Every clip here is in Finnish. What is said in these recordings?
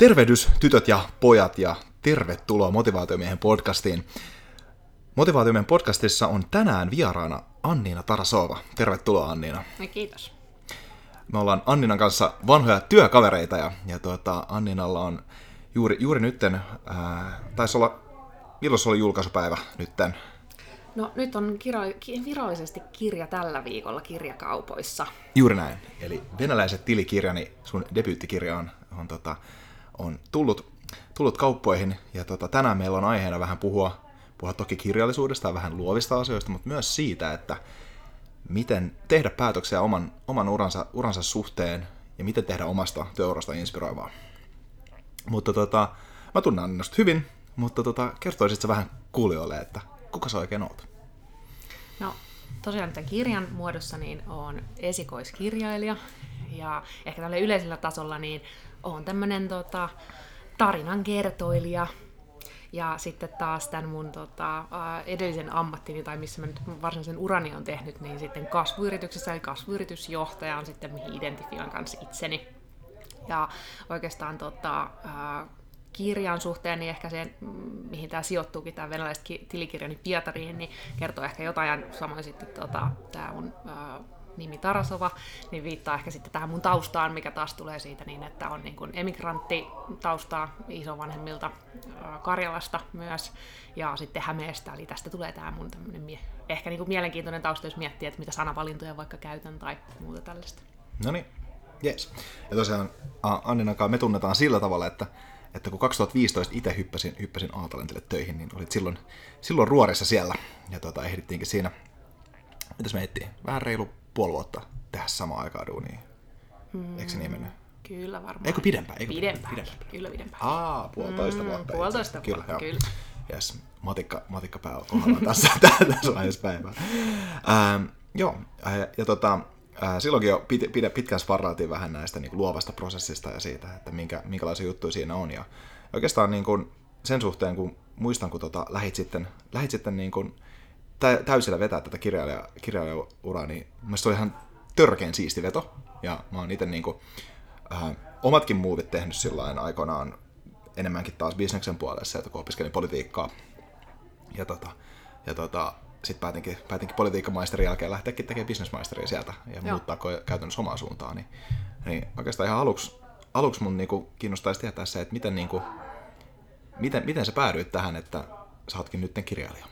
Tervehdys tytöt ja pojat ja tervetuloa Motivaatiomiehen podcastiin. Motivaatiomiehen podcastissa on tänään vieraana Anniina Tarasova. Tervetuloa Anniina. Kiitos. Me ollaan Anniinan kanssa vanhoja työkavereita ja Anniinalla on juuri nytten, taisi olla, milloin se oli julkaisupäivä nytten? No nyt on virallisesti kirja tällä viikolla kirjakaupoissa. Juuri näin. Eli Venäläiset tilikirjani, sun debyyttikirja on tullut kauppoihin. Ja tänään meillä on aiheena vähän puhua toki kirjallisuudesta ja vähän luovista asioista, mutta myös siitä, että miten tehdä päätöksiä oman uransa suhteen ja miten tehdä omasta työurasta inspiroivaa. Mutta mä tunnen Anniinasta hyvin, mutta kertoisitko vähän kuulijoille, että kuka sä oikein oot? No tosiaan tämän kirjan muodossa niin olen esikoiskirjailija ja ehkä tällä yleisellä tasolla niin olen tämmöinen tarinankertoilija. Ja sitten taas tämän mun edellisen ammattini, tai missä mä nyt varsinaisen urani on tehnyt, niin sitten kasvuyrityksessä, eli kasvuyritysjohtaja on sitten, mihin identifioin kanssa itseni. Ja oikeastaan kirjan suhteen, niin ehkä se, mihin tämä sijoittuukin, tämä venäläiset tilikirjani Pietariin, niin kertoo ehkä jotain, samoin sitten tämä mun nimi Tarasova, niin viittaa ehkä sitten tähän mun taustaan, mikä taas tulee siitä niin, että on niin kuin emigranttitaustaa isovanhemmilta Karjalasta myös, ja sitten Hämeestä, eli tästä tulee tämä mun tämmöinen ehkä niin kuin mielenkiintoinen tausta, jos miettii, että mitä sanavalintoja vaikka käytän tai muuta tällaista. No niin, jes. Ja tosiaan Anniinankaan me tunnetaan sillä tavalla, että kun 2015 itse hyppäsin A-talentille töihin, niin olit silloin ruorissa siellä, ja ehdittiinkin siinä, mitäs me ettiin, vähän reilu puoli vuotta tehdä samaan aikaan duunia. Eikö se niin mennyt? Kyllä varmaan. Eikö pidempään? Pidempään. Kyllä pidempään. Puolitoista vuotta. Puolitoista vuotta, kyllä. Jes, matikka pää on kohdalla tässä vaiheessa päivää. Joo, ja silloinkin jo pitkään sparrailtiin vähän näistä niin kuin luovasta prosessista ja siitä, että minkälaisia juttuja siinä on. Ja oikeastaan niin kuin sen suhteen, kun muistan, kun lähit sitten niin kuin täysillä vetää tätä kirjailijauraa, niin mielestäni se oli ihan törkeän siisti veto. Ja mä oon itse niin kuin, omatkin muuvit tehnyt sillain aikoinaan enemmänkin taas bisneksen puolessa, että kun opiskelin politiikkaa. Ja sitten päätinkin politiikkamaisterin jälkeen lähteäkin tekemään bisnesmaisteria sieltä ja muuttaa käytännössä omaa suuntaan. Niin oikeastaan ihan aluksi mun niinku kiinnostaisi tietää se, että miten sä päädyit tähän, että sä ootkin nytten kirjailija.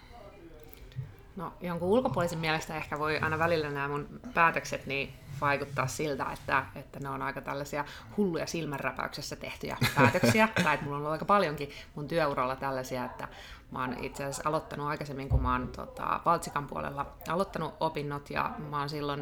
No, jonkun ulkopuolisen mielestä ehkä voi aina välillä nämä mun päätökset niin vaikuttaa siltä, että ne on aika tällaisia hulluja silmänräpäyksessä tehtyjä päätöksiä. Tai että mulla on ollut aika paljonkin mun työuralla tällaisia, että mä oon itse asiassa aloittanut aikaisemmin, kun mä oon Valtsikan puolella aloittanut opinnot ja mä oon silloin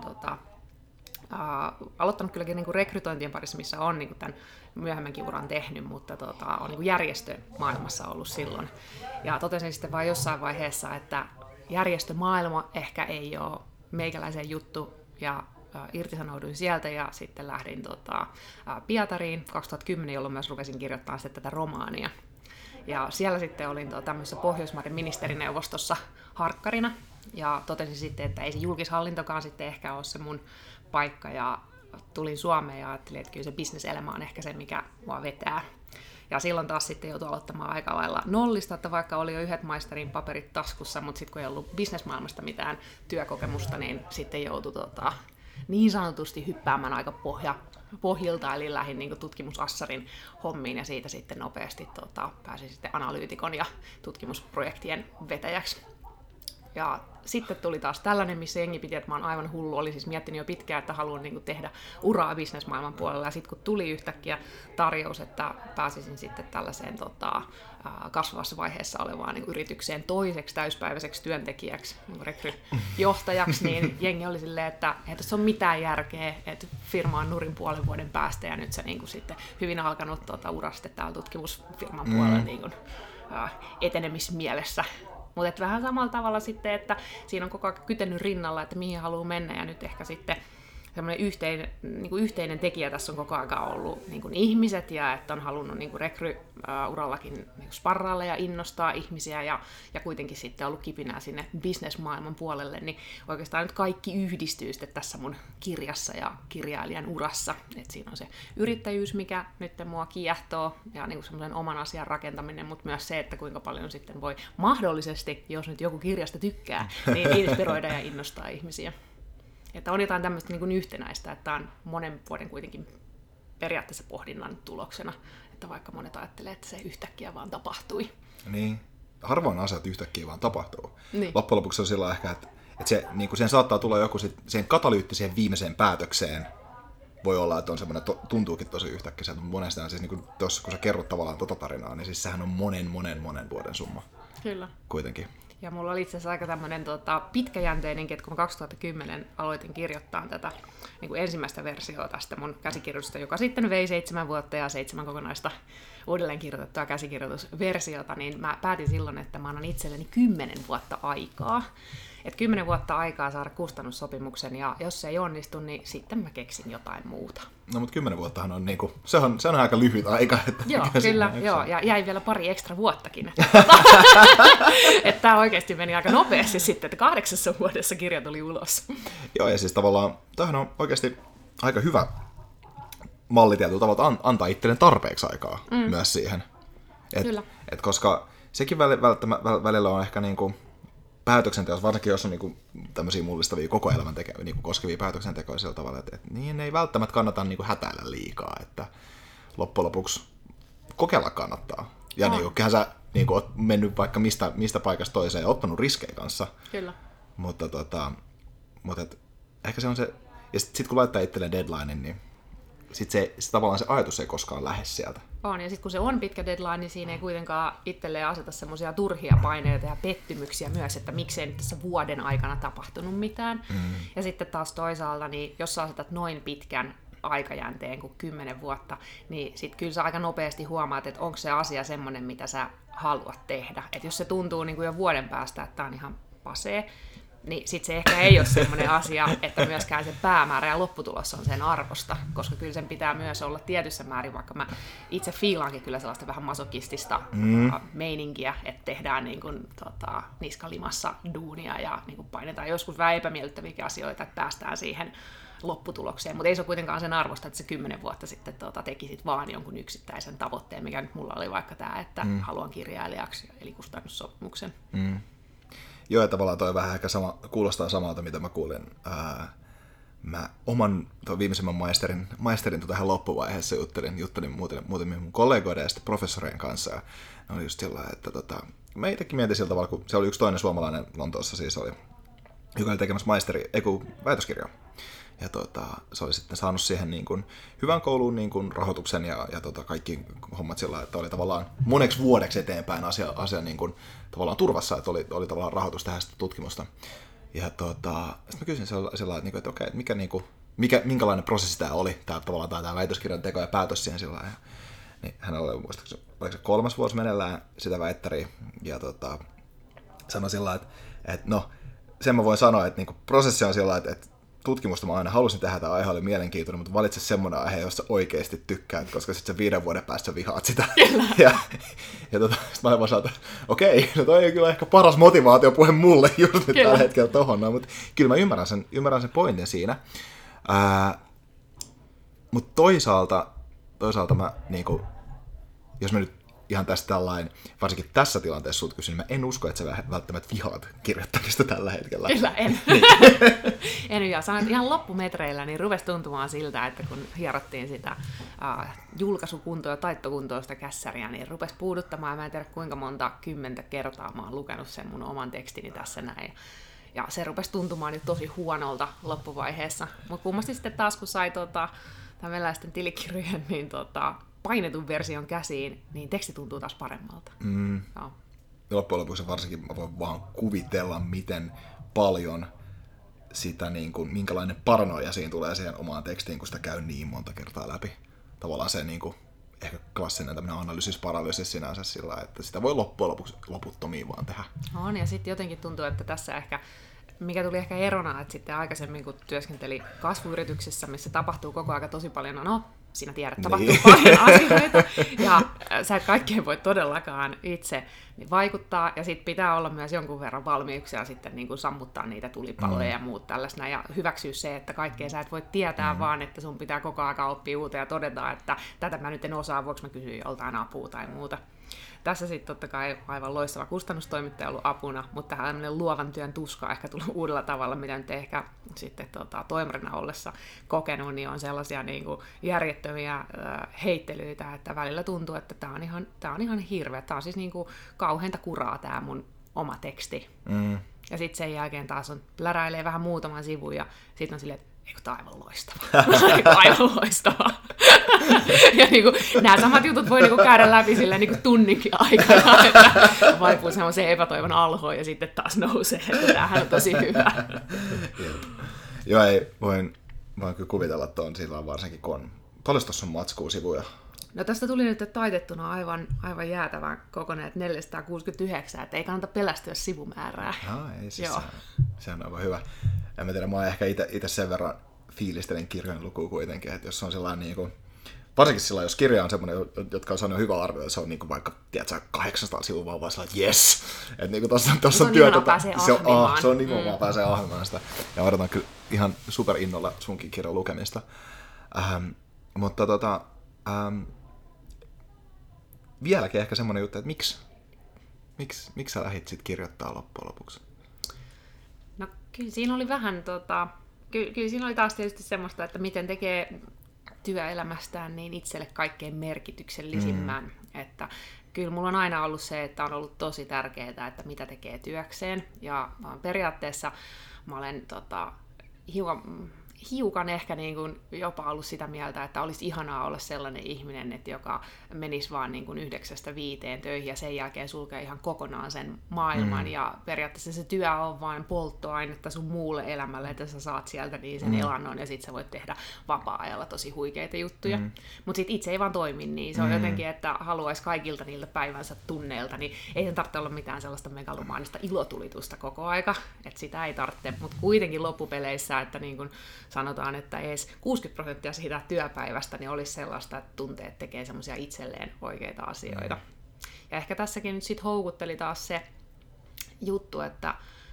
aloittanut kylläkin niin kuin rekrytointien parissa, missä on niin kuin tämän myöhemmänkin uran tehnyt, mutta on niin kuin järjestömaailmassa ollut silloin. Ja totesin sitten vaan jossain vaiheessa, että järjestömaailma ehkä ei ole meikäläisen juttu, ja irtisanouduin sieltä ja sitten lähdin Pietariin 2010, jolloin myös rupesin kirjoittamaan sitten tätä romaania. Ja siellä sitten olin tämmöisessä Pohjoismaiden ministerineuvostossa harkkarina, ja totesin sitten, että ei se julkishallintokaan sitten ehkä ole se mun paikka, ja tulin Suomeen ja ajattelin, että kyllä se bisneselämä on ehkä se, mikä mua vetää. Ja silloin taas sitten joutui aloittamaan aika lailla nollista, että vaikka oli jo yhdet maisterin paperit taskussa, mutta sitten kun ei ollut bisnesmaailmasta mitään työkokemusta, niin sitten joutui niin sanotusti hyppäämään aika pohjilta, eli lähdin niin tutkimusassarin hommiin ja siitä sitten nopeasti pääsin sitten analyytikon ja tutkimusprojektien vetäjäksi. Ja sitten tuli taas tällainen, missä jengi piti, että mä oon aivan hullu. Olin siis miettinyt jo pitkään, että haluan niin kuin tehdä uraa bisnesmaailman puolella. Ja sitten kun tuli yhtäkkiä tarjous, että pääsisin sitten tällaiseen kasvavassa vaiheessa olevaan niin yritykseen toiseksi täyspäiväiseksi työntekijäksi, niin rekryjohtajaksi, niin jengi oli silleen, että ei tässä ole mitään järkeä, että firma on nurin puolen vuoden päästä ja nyt se niin kuin sitten hyvin alkanut ura sitten täällä tutkimusfirman puolella niin kuin, etenemismielessä. Mutta vähän samalla tavalla sitten, että siinä on koko ajan kytenyt rinnalla, että mihin haluaa mennä, ja nyt ehkä sitten semmoinen yhteinen tekijä tässä on koko ajan ollut niin kuin ihmiset, ja että on halunnut niin kuin rekryurallakin niin kuin sparrailla ja innostaa ihmisiä, ja kuitenkin sitten ollut kipinää sinne bisnesmaailman puolelle, niin oikeastaan nyt kaikki yhdistyy sitten tässä mun kirjassa ja kirjailijan urassa. Et siinä on se yrittäjyys, mikä nyt mua kiehtoo, ja niin kuin semmoisen oman asian rakentaminen, mutta myös se, että kuinka paljon sitten voi mahdollisesti, jos nyt joku kirjasta tykkää, niin inspiroida ja innostaa ihmisiä. Että on jotain tämmöistä niin kuin yhtenäistä, että tämä on monen vuoden kuitenkin periaatteessa pohdinnan tuloksena, että vaikka monet ajattelee, että se yhtäkkiä vaan tapahtui. Niin, harvoin asiat yhtäkkiä vaan tapahtuu. Niin. Loppujen lopuksi on sillä ehkä, että se, niin kuin siihen saattaa tulla joku siihen katalyyttiseen viimeiseen päätökseen. Voi olla, että on semmoinen, tuntuukin tosi yhtäkkiä, mutta monesti siis, niin kuin tuossa, kun sä kerrot tavallaan tota tarinaa, niin siis sehän on monen vuoden summa. Kyllä. Kuitenkin. Ja mulla oli itse asiassa aika tämmöinen pitkäjänteinenkin, että kun 2010 aloitin kirjoittaa tätä niin kuin ensimmäistä versiota tästä mun käsikirjoitusta, joka sitten vei 7 vuotta ja 7 kokonaista uudelleen kirjoitettua käsikirjoitusversiota, niin mä päätin silloin, että mä annan itselleni 10 vuotta aikaa. Että 10 vuotta aikaa saada kustannussopimuksen, ja jos se ei onnistu, niin sitten mä keksin jotain muuta. No mutta 10 vuottahan on niinku, se on aika lyhyt aika. Että joo, kyllä, joo, ja jäi vielä pari ekstra vuottakin. Että tämä oikeasti meni aika nopeasti sitten, että 8 vuodessa kirja tuli ulos. Joo, ja siis tavallaan, tämähän on oikeasti aika hyvä malli tietyllä tavalla, että antaa itselleen tarpeeksi aikaa myös siihen. Kyllä. Et koska sekin välillä on ehkä niinku päätöksenteossa, varsinkin jos on niinku tämmöisiä mullistavia koko elämän niinku koskevia päätöksentekoja sillä tavalla, että niin ei välttämättä kannata niinku hätäillä liikaa, että loppujen lopuksi kokeilla kannattaa. Ja niinku, kyllähän sä niinku oot mennyt vaikka mistä paikasta toiseen ja ottanut riskejä kanssa. Kyllä. Mutta ehkä se on se, ja sit kun laittaa itselleen deadlinein, niin sit tavallaan se ajatus ei koskaan lähde sieltä. On, ja sitten kun se on pitkä deadline, niin siinä ei kuitenkaan itselleen aseta semmoisia turhia paineita ja pettymyksiä myös, että miksei nyt tässä vuoden aikana tapahtunut mitään. Ja sitten taas toisaalta, niin jos sä asetat noin pitkän aikajänteen kuin 10 vuotta, niin sitten kyllä sä aika nopeasti huomaat, että onko se asia semmoinen, mitä sä haluat tehdä. Että jos se tuntuu niin kuin jo vuoden päästä, että tää on ihan pasee, niin sitten se ehkä ei ole semmoinen asia, että myöskään se päämäärä ja lopputulos on sen arvosta, koska kyllä sen pitää myös olla tietyssä määrin, vaikka mä itse fiilaankin kyllä sellaista vähän masokistista meininkiä, että tehdään niin kuin, niskalimassa duunia ja niin kuin painetaan joskus vähän epämiellyttäviäkin asioita, että päästään siihen lopputulokseen, mutta ei se ole kuitenkaan sen arvosta, että se 10 vuotta sitten tekisit vaan jonkun yksittäisen tavoitteen, mikä nyt mulla oli vaikka tämä, että haluan kirjailijaksi, eli kustannussopimuksen. Joo, ja tavallaan toi vähän ehkä kuulostaa samalta, mitä mä kuulin. Mä oman viimeisimmän maisterin tähän loppuvaiheessa juttelin muutamien mun kollegoiden ja sitten professorien kanssa. Ja ne oli just sillä, että mä itsekin mietin sillä tavalla, kun se oli yksi toinen suomalainen Lontoossa siis oli, joka oli tekemässä väitöskirjaa. Ja se oli sitten saanut siihen niin kuin hyvän kouluun niin kuin rahoituksen ja kaikki hommat sillä, että oli tavallaan moneksi vuodeksi eteenpäin asia niin kuin tavallaan turvassa, että oli tavallaan rahoitus tehdä sitä tutkimusta. Ja sitten mä kysyin sillä että okei, minkälainen prosessi tämä oli, tämä väitöskirjan teko ja päätös siihen sillä lailla. Niin hänellä oli muistaakseni, oliko se 3. vuosi meneillään sitä väittäriä, ja sanoi sillä että no, sen mä voin sanoa, että niin kuin prosessi on sillä että tutkimusta mä aina halusin tehdä, tämä aihe oli mielenkiintoinen, mutta valitse semmoinen aihe, jossa oikeasti tykkäät, koska sitten se 5 vuoden päästä vihaat sitä. Ja sitten mä aivan sanon, että okei, no toi ei kyllä ehkä paras motivaatiopuhe mulle just nyt tällä hetkellä tohon, no, mutta kyllä mä ymmärrän sen pointin siinä. Mutta toisaalta mä, niinku, jos mä nyt ihan tästä tällainen, varsinkin tässä tilanteessa sut kysyn, niin mä en usko, että sä välttämättä vihaat kirjoittamista tällä hetkellä. Kyllä, en. En, ja sanoin, ihan loppumetreillä niin rupesi tuntumaan siltä, että kun hierottiin sitä julkaisukuntoa ja taittokuntoa sitä kässäriä, niin rupesi puuduttamaan. Mä en tiedä kuinka monta 10 kertaa mä oon lukenut sen mun oman tekstini tässä näin. Ja se rupesi tuntumaan nyt tosi huonolta loppuvaiheessa. Mutta kummasti sitten taas, kun sai tämmöläisten tilikirjojen, niin painetun version käsiin, niin teksti tuntuu taas paremmalta. Ja loppujen lopuksi varsinkin mä voin vaan kuvitella, miten paljon sitä, niin kuin, minkälainen paranoia siinä tulee siihen omaan tekstiin, kun sitä käy niin monta kertaa läpi. Tavallaan se niin kuin, ehkä klassinen tämmöinen analyysis sinänsä sillä, että sitä voi loppujen lopuksi loputtomiin vaan tehdä. On, ja sitten jotenkin tuntuu, että tässä ehkä mikä tuli ehkä erona, että sitten aikaisemmin kun työskenteli kasvuyrityksissä, missä tapahtuu koko ajan tosi paljon, no sinä tiedät, tapahtuu paljon asioita, ja sä et kaikkeen voi todellakaan itse vaikuttaa, ja sitten pitää olla myös jonkun verran valmiuksia sitten niin kuin sammuttaa niitä tulipaloja ja muut tällaista, ja hyväksyä se, että kaikkea sä et voi tietää, vaan että sun pitää koko ajan oppia uuteen ja todeta, että tätä mä nyt en osaa, voiko mä kysyä joltain apua tai muuta. Tässä sitten totta kai aivan loistava kustannustoimittaja ollut apuna, mutta tämmöinen luovan työn tuska ehkä tullut uudella tavalla, mitä nyt ehkä sitten toimarina ollessa kokenut, niin on sellaisia niin kuin järjettömiä heittelyitä, että välillä tuntuu, että tämä on ihan hirveä. Tämä on siis niin kuin kauheinta kuraa tämä mun oma teksti. Ja sitten sen jälkeen taas pläräilee vähän muutaman sivun ja sitten on silleen, että eikö, tämä on aivan loistavaa. Aivan loistavaa. Ja niin kuin, nämä samat jutut voi niin kuin käydä läpi silleen niin kuin tunninkin aikana, että vaipuu semmoiseen epätoivon alhoon ja sitten taas nousee, että tämähän on tosi hyvä. Joo, ei, voin kyllä kuvitella tuon sillä varsinkin, kun on paljon tuossa on matskua sivuja. No tästä tuli nyt taitettuna aivan jäätävän kokonaan, että 469, että ei kannata pelästyä sivumäärää. Ei, siis se on aivan hyvä. En mä tiedä, mä oon ehkä itse sen verran fiilistelen kirjojen lukua kuitenkin, että jos on sellainen niin kuin, varsinkin silloin, jos kirja on semmoinen, jotka on saanut hyvä arvio, se on niin kuin vaikka, tiedätkö, 800 sivua vaan sellainen, että jes! Että niin kuin tuossa on työtä. Se on nimenomaan pääsee ahmimaan sitä. Ja odotan kyllä ihan superinnolla sunkin kirjan lukemista. Mutta vieläkin ehkä semmoinen juttu, että miksi sä lähdit sit kirjoittaa loppujen lopuksi? No kyllä siinä oli vähän, kyllä siinä oli taas tietysti semmoista, että miten tekee työelämästään niin itselle kaikkein merkityksellisimmän. Että kyllä mulla on aina ollut se, että on ollut tosi tärkeää, että mitä tekee työkseen. Ja periaatteessa mä olen hiukan ehkä niin kuin jopa ollut sitä mieltä, että olisi ihanaa olla sellainen ihminen, että joka menisi vaan niin kuin 9-5 töihin ja sen jälkeen sulkee ihan kokonaan sen maailman. Ja periaatteessa se työ on vain polttoainetta sun muulle elämälle, että sä saat sieltä niin sen elannon ja sit sä voit tehdä vapaa-ajalla tosi huikeita juttuja. Mutta sit itse ei vaan toimi niin. Se on jotenkin, että haluaisi kaikilta niiltä päivänsä tunneilta, niin ei sen tarvitse olla mitään sellaista megalomaanista ilotulitusta koko aika, että sitä ei tarvitse, mutta kuitenkin loppupeleissä, että niin kuin sanotaan, että edes 60% siitä työpäivästä niin olisi sellaista, että tunteet tekee semmoisia itselleen oikeita asioita. Ja ehkä tässäkin nyt sitten houkutteli taas se juttu, että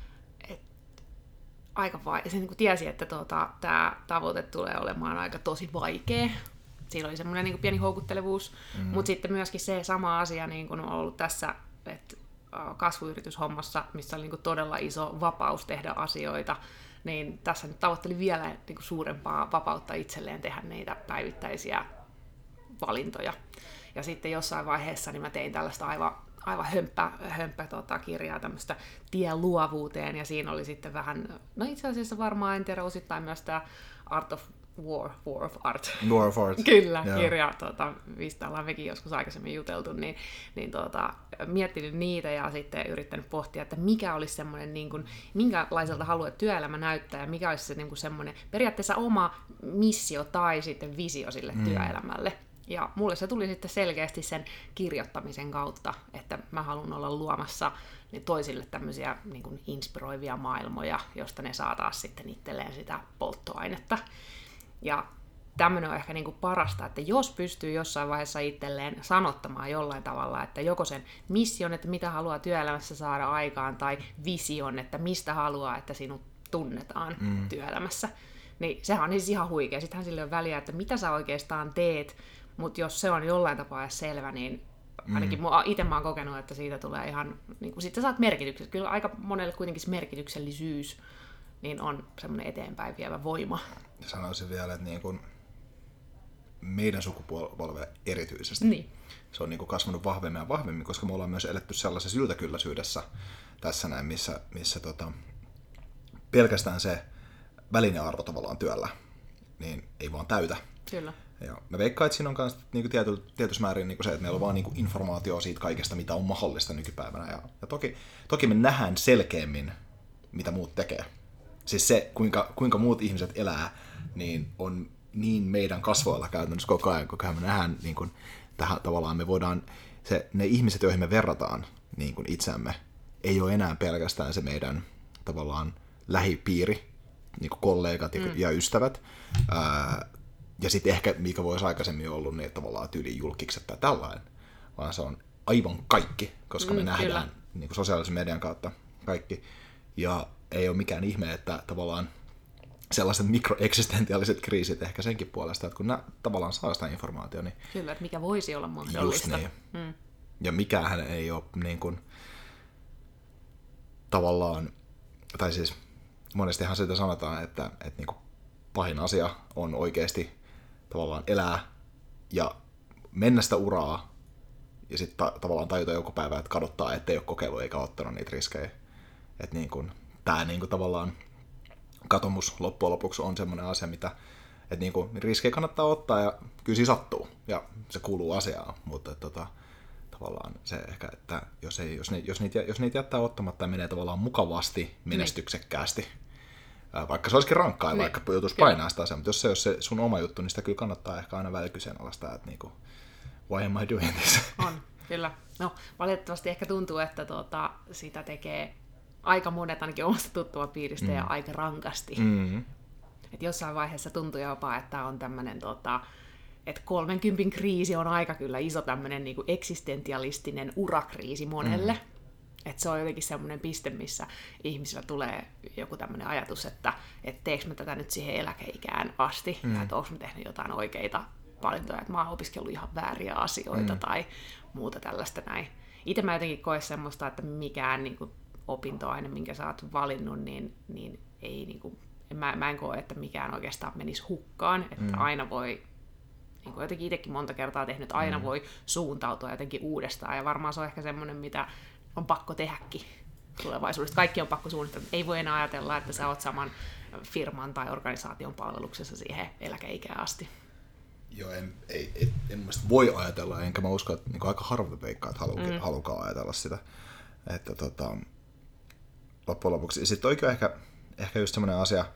se niin kuin tiesi, että tämä tavoite tulee olemaan aika tosi vaikea. Siinä oli semmoinen niin kuin pieni houkuttelevuus, mutta sitten myöskin se sama asia niin kuin on ollut tässä, että kasvuyrityshommassa, missä oli niin kuin todella iso vapaus tehdä asioita, niin tässä nyt tavoitteli vielä niin kuin suurempaa vapautta itselleen tehdä niitä päivittäisiä valintoja. Ja sitten jossain vaiheessa niin mä tein tällaista aivan hömppä kirjaa, tämmöistä tie luovuuteen, ja siinä oli sitten vähän, no itse asiassa varmaan en tiedä osittain myös tämä Art of War of Art. War of Art. Kyllä, yeah. Kirja, mistä ollaan mekin joskus aikaisemmin juteltu, niin miettinyt niitä ja sitten yrittänyt pohtia, että mikä olisi semmoinen, niin kuin, minkälaiselta haluat työelämä näyttää ja mikä olisi se niin kuin semmoinen periaatteessa oma missio tai sitten visio sille työelämälle. Ja mulle se tuli sitten selkeästi sen kirjoittamisen kautta, että mä haluan olla luomassa toisille tämmöisiä niin kuin inspiroivia maailmoja, josta ne saa taas sitten itselleen sitä polttoainetta. Ja tämmöinen on ehkä niin kuin parasta, että jos pystyy jossain vaiheessa itselleen sanottamaan jollain tavalla, että joko sen mission, että mitä haluaa työelämässä saada aikaan, tai vision, että mistä haluaa, että sinut tunnetaan työelämässä, niin sehän on siis ihan huikea. Sittenhän sille on väliä, että mitä sä oikeastaan teet, mutta jos se on jollain tapaa selvä, niin ainakin itse mä oon kokenut, että siitä tulee ihan, niin kuin, sit sä saat merkityksen. Kyllä aika monelle kuitenkin merkityksellisyys niin on semmoinen eteenpäin vievä voima. Sanoisin vielä, että niin kuin meidän sukupolve erityisesti, niin. Se on niin kuin kasvanut vahvemmin ja vahvemmin, koska me ollaan myös eletty sellaisessa yltäkylläisyydessä tässä näin, missä pelkästään se välinearvo tavallaan työllä, niin ei vaan täytä. Kyllä. Ja mä veikkaan, että siinä on myös niin tietyssä määrin niin se, että meillä on vaan niin informaatiota siitä kaikesta, mitä on mahdollista nykypäivänä. Ja toki me nähdään selkeämmin, mitä muut tekee. Siis se, kuinka muut ihmiset elää, niin on niin meidän kasvoilla käytännössä koko ajan, kun me nähdään, niin kuin, tähän tavallaan me voidaan, ne ihmiset, joihin me verrataan niin kuin itseämme, ei ole enää pelkästään se meidän tavallaan lähipiiri, niin kuin kollegat ja ystävät. Ja sitten ehkä, mikä voisi aikaisemmin ollut, niin tavallaan tyyliin julkikset tai tällainen, vaan se on aivan kaikki, koska me nähdään niin kuin sosiaalisen median kautta kaikki. Ja ei ole mikään ihme, että tavallaan sellaiset mikroeksistentiaaliset kriisit ehkä senkin puolesta, että kun tavallaan saa sitä informaatiota, niin... Kyllä, että mikä voisi olla mahdollista. Just niin. Ja mikähän ei ole niin kuin, tavallaan, tai siis monestihan sitä sanotaan, että niin kuin pahin asia on oikeasti tavallaan elää ja mennä sitä uraa ja sitten tavallaan tajuta joku päivä, että kadottaa, ettei ole kokeillut eikä ottanut niitä riskejä. Että niin kuin, tämä niin kuin tavallaan katomus loppujen lopuksi on semmoinen asia, mitä että niin kuin, riskejä kannattaa ottaa ja kyllä siinä sattuu ja se kuuluu asiaan, mutta tavallaan se ehkä, että jos niitä jättää ottamatta ja menee tavallaan mukavasti, menestyksekkäästi, vaikka se olisikin rankkaa ja vaikka joutuisi painaa sitä asiaa, mutta jos se on se sun oma juttu, niin sitä kyllä kannattaa ehkä aina välillä kyseenalaistaa, että niinku, why am I doing this? On, kyllä. No, valitettavasti ehkä tuntuu, että sitä tekee aika monet ainakin omasta tuttavapiiristä ja aika rankasti. Et jossain vaiheessa tuntuu jopa, että on tämmöinen, että 30 kriisi on aika kyllä iso tämmöinen niinku eksistentialistinen urakriisi monelle. Että se on jotenkin semmoinen piste, missä ihmisillä tulee joku tämmöinen ajatus, että teekö mä tätä nyt siihen eläkeikään asti, ja että onko mä tehnyt jotain oikeita valintoja, että mä oon opiskellut ihan vääriä asioita tai muuta tällaista näin. Itse mä jotenkin koen semmoista, että mikään niin kuin opintoaine, minkä sä oot valinnut, niin ei, niin kuin, mä en koe, että mikään oikeastaan menisi hukkaan, että aina voi, niin kuin jotenkin itsekin monta kertaa tehnyt, aina voi suuntautua jotenkin uudestaan, ja varmaan se on ehkä semmoinen, mitä on pakko tehdäkin tulevaisuudessa. Kaikki on pakko suunnitella. Ei voi enää ajatella, että sä oot saman firman tai organisaation palveluksessa siihen eläkeikään asti. Joo, en mielestä voi ajatella, enkä mä usko, että niin aika harvoin veikkaa, että halukaan ajatella sitä. Että loppujen lopuksi. Sitten toikin on ehkä just semmoinen asia,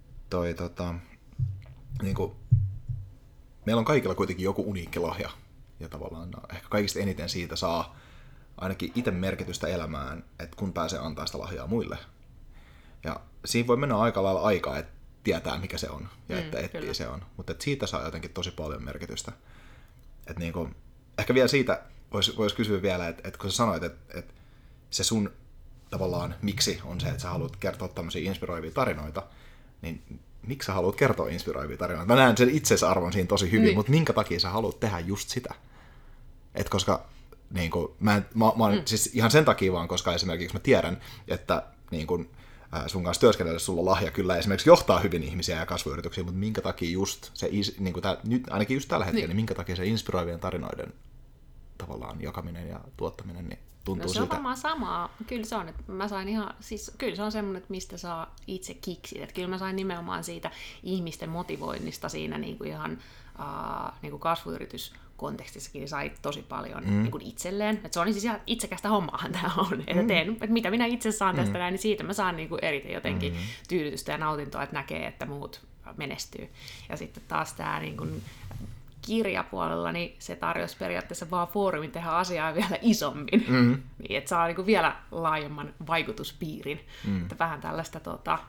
niin kuin, meillä on kaikilla kuitenkin joku uniikki lahja, ja tavallaan ehkä kaikista eniten siitä saa ainakin itse merkitystä elämään, että kun pääsee antaa sitä lahjaa muille. Ja siinä voi mennä aika lailla aikaa, että tietää mikä se on ja että etsii se on. Mutta siitä saa jotenkin tosi paljon merkitystä. Et niinku, ehkä vielä siitä vois kysyä vielä, että kun sä sanoit, että se sun tavallaan miksi on se, että sä haluat kertoa tämmöisiä inspiroivia tarinoita, niin miksi sä haluat kertoa inspiroivia tarinoita? Mä näen sen itsesarvon siinä tosi hyvin, mutta minkä takia sä haluat tehdä just sitä? Et koska niin kuin, mä siis ihan sen takia vaan, koska esimerkiksi mä tiedän, että niin kuin, sun kanssa työskennellessä sulla lahja kyllä esimerkiksi johtaa hyvin ihmisiä ja kasvuyrityksiä, mutta minkä takia just se, niin kuin nyt ainakin just tällä hetkellä, niin minkä takia se inspiroivien tarinoiden tavallaan jakaminen ja tuottaminen niin tuntuu siltä? No se on varmaan samaa. Kyllä se on, että mä sain kyllä se on semmoinen, että mistä saa itse kiksit. Että kyllä mä sain nimenomaan siitä ihmisten motivoinnista siinä niin kuin ihan niin kuin kasvuyrityskontekstissakin niin sai tosi paljon niin kuin itselleen. Että se on siis ihan itsekästä hommaahan tämä on. Että teen, että mitä minä itse saan tästä näin, niin siitä mä saan niin kuin eriten jotenkin tyydytystä ja nautintoa, että näkee, että muut menestyy. Ja sitten taas tämä niin kuin kirjapuolella, niin se tarjosi periaatteessa vaan foorumin tehdä asiaa vielä isommin. Niin, että saa niin kuin vielä laajemman vaikutuspiirin. Että vähän tällaista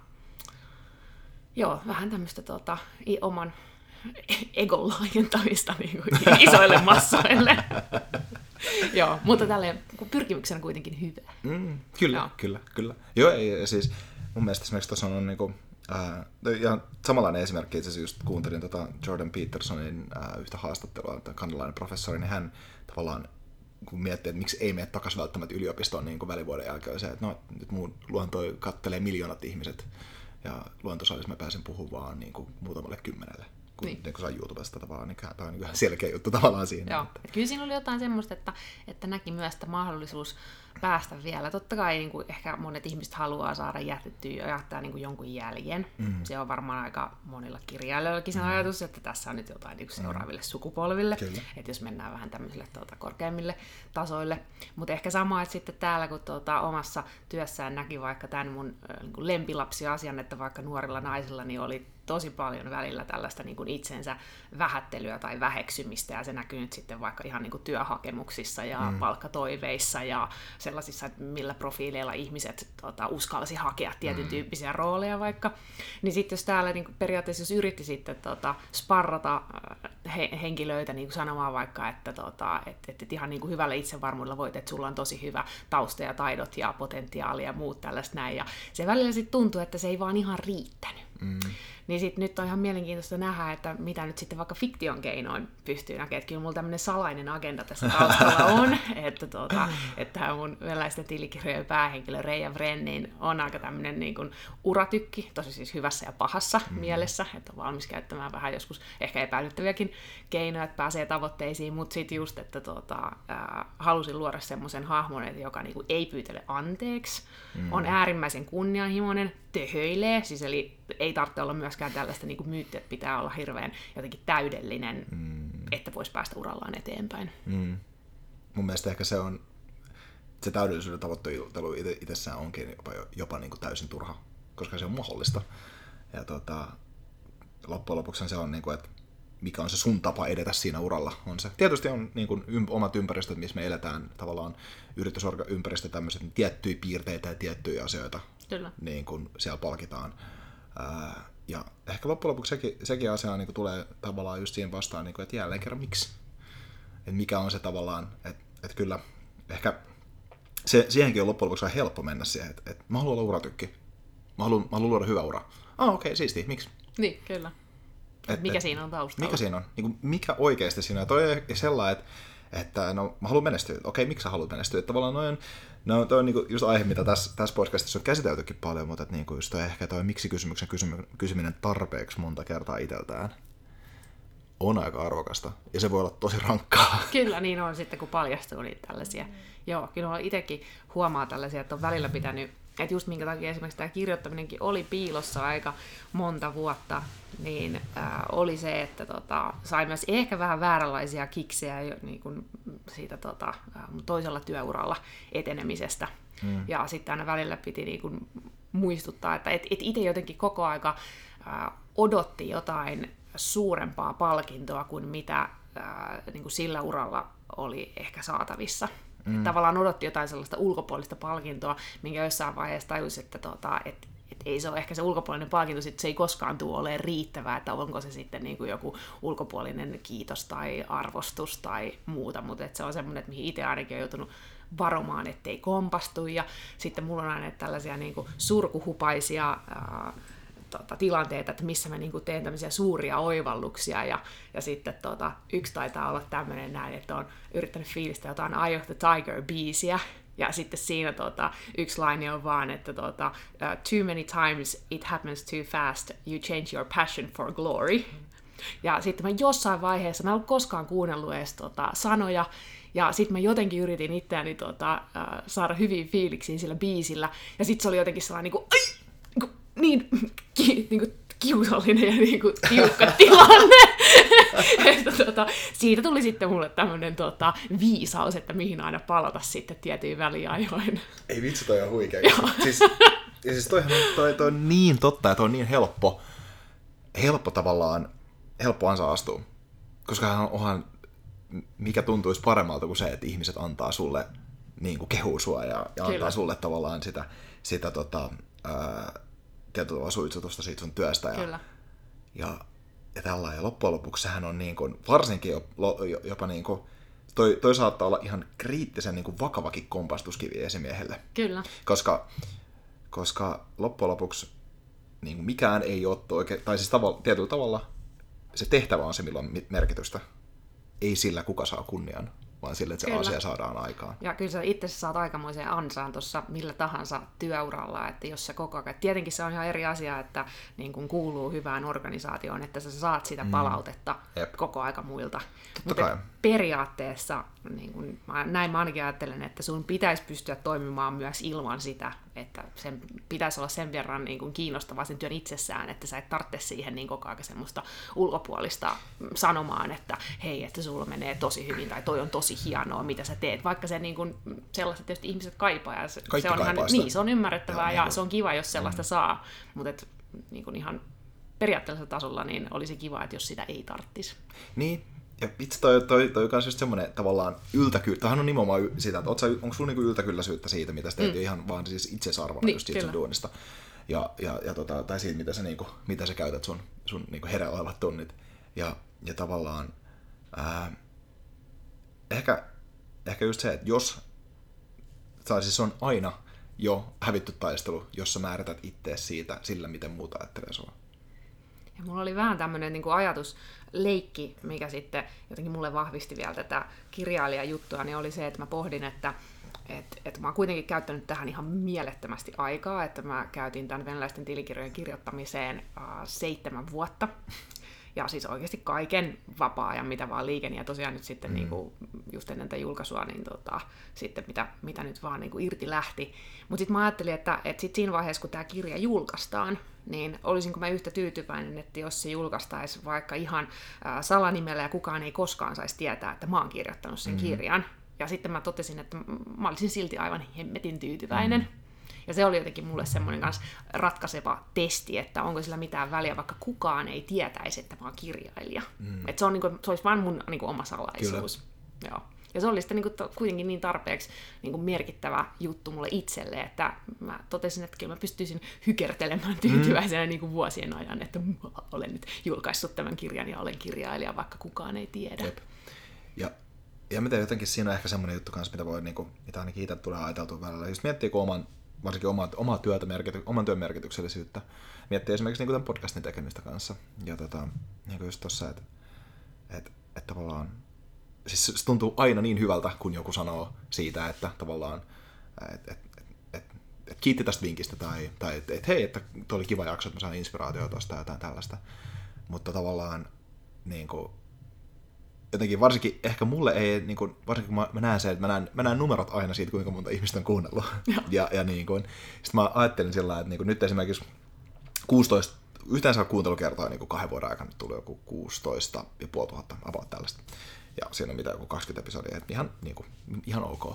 vähän tämmöistä oman egon laajentamista niin kuin isoille massoille. Joo, mutta tälleen pyrkimyksenä kuitenkin hyvä. Kyllä. Joo, siis mun mielestä esimerkiksi tuossa on niinku, ihan samanlainen esimerkki, itse asiassa just kuuntelin Jordan Petersonin yhtä haastattelua, kanadalainen professori, niin hän tavallaan kun miettii, että miksi ei mene takaisin välttämättä yliopistoon niin välivuoden jälkeen, se, että nyt mun luontoi kattelee miljoonat ihmiset, ja luontosalissa mä pääsen puhumaan niin kuin muutamalle kymmenelle. Kun saa YouTubesta tavallaan, niin tämä on ihan selkeä juttu tavallaan siinä. Joo. Kyllä siinä oli jotain semmoista, että näki myös että mahdollisuus päästä vielä. Totta kai niin kuin ehkä monet ihmiset haluaa saada jätettyä ja jättää niin kuin jonkun jäljen. Se on varmaan aika monilla kirjailijoillakin sen ajatus, että tässä on nyt jotain niin kuin seuraaville sukupolville. Että jos mennään vähän tämmöisille korkeammille tasoille. Mutta ehkä sama, että sitten täällä kun omassa työssään näki vaikka tämän mun niin kuin lempilapsiasian, että vaikka nuorilla naisilla niin oli tosi paljon välillä tällaista niin kuin itsensä vähättelyä tai väheksymistä, ja se näkyy nyt sitten vaikka ihan niin kuin työhakemuksissa ja palkkatoiveissa ja sellaisissa, että millä profiileilla ihmiset uskalsi hakea tietyn tyyppisiä rooleja vaikka, niin sitten jos täällä niin periaatteessa jos yritti sitten sparrata henkilöitä niin sanomaan vaikka, että ihan niin hyvällä itsevarmuudella voit, että sulla on tosi hyvä tausta ja taidot ja potentiaali ja muut tällaista näin, ja se välillä sitten tuntuu, että se ei vaan ihan riittänyt. Niin sitten nyt on ihan mielenkiintoista nähdä, että mitä nyt sitten vaikka fiktion keinoin pystyy näkemään. Että kyllä mulla tämmöinen salainen agenda tässä taustalla on, että tämä mun venäläisten tilikirjojen päähenkilö Reija Vrennin on aika tämmöinen niin kuin uratykki, tosi siis hyvässä ja pahassa mielessä, että on valmis käyttämään vähän joskus ehkä epäilyttäviäkin keinoja, että pääsee tavoitteisiin, mutta sitten just, että halusin luoda semmoisen hahmon, joka niin kuin ei pyytele anteeksi, on äärimmäisen kunnianhimoinen, töhöilee, siis eli ei tarvitse olla myöskään tällaista niin kuin myyttiä, että pitää olla hirveän jotenkin täydellinen, että voisi päästä urallaan eteenpäin. Mun mielestä ehkä se täydellisyyden tavoittelu itsessään onkin jopa niin kuin täysin turha, koska se on mahdollista. Ja loppujen lopuksi se on, niin kuin, että mikä on se sun tapa edetä siinä uralla. On se. Tietysti on niin kuin omat ympäristöt, missä me eletään, tavallaan yritysympäristö, tämmöiset tiettyjä piirteitä ja tiettyjä asioita. Kyllä. Niin kuin siellä palkitaan. Ja ehkä loppujen lopuksi sekin asia niin kuin tulee tavallaan just siihen vastaan, niin kuin, että jälleen kerran miksi. Että mikä on se tavallaan, että kyllä ehkä siihenkin on loppujen lopuksi helppo mennä siihen, että mä haluan olla uratykki. Mä haluan luoda hyvä ura. Okei, siistiä, miksi? Niin, kyllä. Mikä siinä on taustalla? Mikä siinä on? Niin kuin, mikä oikeasti siinä on? Toi on sellainen, että no, mä haluan menestyä. Okei, miksi sä haluat menestyä? Että tavallaan toi on niinku just aihe, mitä tässä podcastissa on käsiteltykin paljon, mutta niinku just ehkä toi miksi-kysymyksen kysyminen tarpeeksi monta kertaa itseltään on aika arvokasta. Ja se voi olla tosi rankkaa. Kyllä, niin on sitten, kun paljastuu niitä tällaisia. Joo, kyllä itsekin huomaa tällaisia, että on välillä pitänyt, että just minkä takia esimerkiksi tämä kirjoittaminenkin oli piilossa aika monta vuotta, niin oli se, että sai myös ehkä vähän vääränlaisia kiksejä niin kuin siitä toisella työuralla etenemisestä. Ja sitten aina välillä piti niin kuin muistuttaa, että itse jotenkin koko aika odotti jotain suurempaa palkintoa kuin mitä niin kuin sillä uralla oli ehkä saatavissa. Tavallaan odotti jotain sellaista ulkopuolista palkintoa, minkä jossain vaiheessa tajusi, että ei se ole ehkä se ulkopuolinen palkinto, se ei koskaan tule olemaan riittävää, että onko se sitten niin kuin joku ulkopuolinen kiitos tai arvostus tai muuta, mutta se on semmoinen, että mihin itse ainakin on joutunut varomaan, ettei kompastu, ja sitten mulla on aina tällaisia niin kuin surkuhupaisia tilanteita, että missä mä niinku teen tämmöisiä suuria oivalluksia, ja sitten yksi taitaa olla tämmöinen näin, että on yrittänyt fiilistää jotain Eye of the Tiger-biisiä, ja sitten siinä yksi laini on vaan, että too many times it happens too fast, you change your passion for glory. Ja sitten mä jossain vaiheessa, mä en ollut koskaan kuunnellut edes sanoja, ja sitten mä jotenkin yritin itseäni saada hyviä fiiliksiä sillä biisillä, ja sitten se oli jotenkin sellainen niin kiusallinen ja niin kuin tiukka tilanne, että siitä tuli sitten mulle tämmöinen viisaus, että mihin aina palata sitten tietyin väliajoin. Ei vitsi, toi on huikea. siis toi on niin totta ja toi on niin helppo tavallaan, helppo ansa astua. Koska onhan mikä tuntuisi paremmalta kuin se, että ihmiset antaa sulle niin kuin kehuu sua ja antaa sulle tavallaan sitä tietyllä tavalla suitsutusta siitä sun työstä. Ja tällainen. Ja loppujen lopuksi sehän on niin kuin, varsinkin jopa niin kuin, toi saattaa olla ihan kriittisen niin kuin vakavakin kompastuskivi esimiehelle. Kyllä. Koska loppujen lopuksi niin kuin mikään ei ole oikein, tai siis tietyllä tavalla se tehtävä on se, millä on merkitystä. Ei sillä, kuka saa kunnian, vaan sillä, että se asia saadaan aikaan. Ja kyllä sä itse saat aikamoisen ansaan tuossa millä tahansa työuralla, että jos sä koko ajan, tietenkin se on ihan eri asia, että niin kun kuuluu hyvään organisaatioon, että sä saat sitä palautetta koko aika muilta. Mutta periaatteessa, niin kun, näin mä ainakin ajattelen, että sun pitäisi pystyä toimimaan myös ilman sitä, että sen pitäisi olla sen verran niin kun kiinnostavaa sen työn itsessään, että sä et tarvitse siihen niin koko ajan semmoista ulkopuolista sanomaan, että hei, että sulla menee tosi hyvin tai toi on tosi hienoa, mitä sä teet, vaikka se niin kun, sellaista tietysti ihmiset kaipaa. Ja se on ymmärrettävää ja se on kiva, jos sellaista saa, mutta niin kun ihan periaatteellisella tasolla niin olisi kiva, että jos sitä ei tarvitsisi. Niin, Ja itse toi kans just semmonen tavallaan yltäkyllä. Tämähän on nimenomaan sitä, että onko sulla niinku yltäkylläisyyttä siitä, mitä sä teet, ihan vaan siis itsesarvona just siitä sun duunista. Tai siitä, mitä sä käytät sun niinku hereillä olevat tunnit. Ja tavallaan ehkä just se, että siis on aina jo hävitty taistelu, jos sä määrität ittees siitä sillä, miten muuta ajattelee sua. Ja mulla oli vähän tämmöinen niin kuin ajatusleikki, mikä sitten jotenkin mulle vahvisti vielä tätä kirjailijajuttua, niin oli se, että mä pohdin, että mä oon kuitenkin käyttänyt tähän ihan mielettömästi aikaa, että mä käytin tämän venäläisten tilikirjojen kirjoittamiseen 7 vuotta. Ja siis oikeasti kaiken vapaa-ajan, mitä vaan liikeni, ja tosiaan nyt sitten niinku, just ennen tätä julkaisua, niin sitten mitä nyt vaan niinku irti lähti. Mutta sitten mä ajattelin, että sit siinä vaiheessa, kun tämä kirja julkaistaan, niin olisinko mä yhtä tyytyväinen, että jos se julkaistaisi vaikka ihan salanimellä ja kukaan ei koskaan saisi tietää, että mä oon kirjoittanut sen kirjan. Ja sitten mä totesin, että mä olisin silti aivan hemmetin tyytyväinen. Ja se oli jotenkin mulle semmoinen kanssa ratkaiseva testi, että onko sillä mitään väliä, vaikka kukaan ei tietäisi, että mä oon kirjailija. Että se olisi vain mun niin kuin oma salaisuus. Joo. Ja se oli sitten niin kuin kuitenkin niin tarpeeksi niin kuin merkittävä juttu mulle itselle, että mä totesin, että kyllä mä pystyisin hykertelemään tyytyväisenä niin kuin vuosien ajan, että olen nyt julkaissut tämän kirjan ja olen kirjailija, vaikka kukaan ei tiedä. Jep. Ja mitä jotenkin siinä on ehkä semmoinen juttu kanssa, mitä voi, niin kuin, mitä ainakin itse tulee ajateltua välillä. Just miettii, kun varsinkin oman työn merkityksellisyyttä. Miettii esimerkiksi niin tämän podcastin tekemistä kanssa. Ja niin kuin just tossa, että tavallaan, siis se tuntuu aina niin hyvältä, kun joku sanoo siitä, että tavallaan, että kiitti tästä vinkistä, tai että hei, että toi oli kiva jakso, että mä sain inspiraatiota tosta ja jotain tällaista. Mutta tavallaan, niin kuin, jotenkin varsinkin ehkä mulle ei, niin kuin, varsinkin kun mä näen sen, että mä näen numerot aina siitä, kuinka monta ihmistä on kuunnellut. ja niin kuin, sitten mä ajattelin sillä lailla, että niin kuin nyt esimerkiksi 16, yhteensä kuuntelukertaa niin kuin 2 vuoden aikana nyt tuli joku 16 500 about tällaista. Ja siinä on mitä joku 20 episodia, että ihan ok.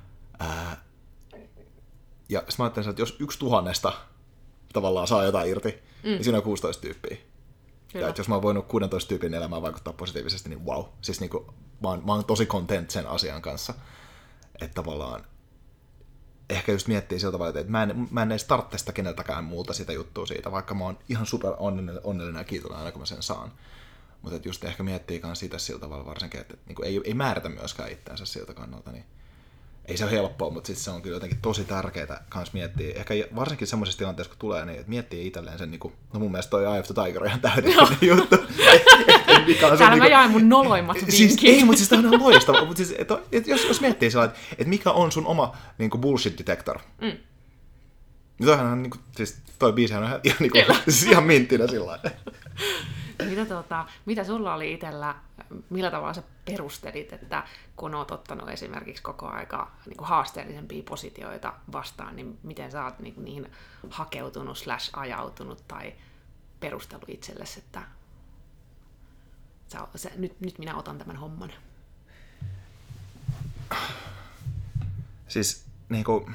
Ja sitten mä ajattelin, että jos 1,000 tavallaan saa jotain irti, niin siinä on 16 tyyppiä. Ja että jos mä oon voinut 16 tyypin elämään vaikuttaa positiivisesti, niin wow. Siis niinku, mä oon tosi content sen asian kanssa. Että tavallaan ehkä just miettii sillä tavalla, että mä en edes tarvitse sitä keneltäkään muulta sitä juttua siitä, vaikka mä oon ihan super onnellinen ja kiitollinen aina, kun mä sen saan. Mutta just ehkä miettii myös sitä sillä tavalla varsinkin, että niinku ei määritä myöskään itseänsä siltä kannalta, niin ei se ole helppoa, mutta sitten se on kyllä jotenkin tosi tärkeää kans miettiä. Ehkä varsinkin semmoisessa tilanteessa, kun tulee, niin että miettii itselleen sen, niin no mun mielestä toi Eye of the Tiger on ihan täydellinen juttu. Täällä mä jaen mun noloimmat vinkit. Siis, ei, mutta siis tämä on ihan loistava. Mutta siis, jos miettii sellainen, että mikä on sun oma niin kuin bullshit detector. Niin toihan on, niin kuin, siis toi biisihän on ihan minttinä sillä lailla. Mitä sulla oli itsellä, millä tavalla sä perustelit, että kun oot ottanut esimerkiksi koko aika niin kuin haasteellisempia positioita vastaan, niin miten sä oot niin niihin hakeutunut / ajautunut tai perustellut itsellesi, että nyt minä otan tämän homman? Siis niinku,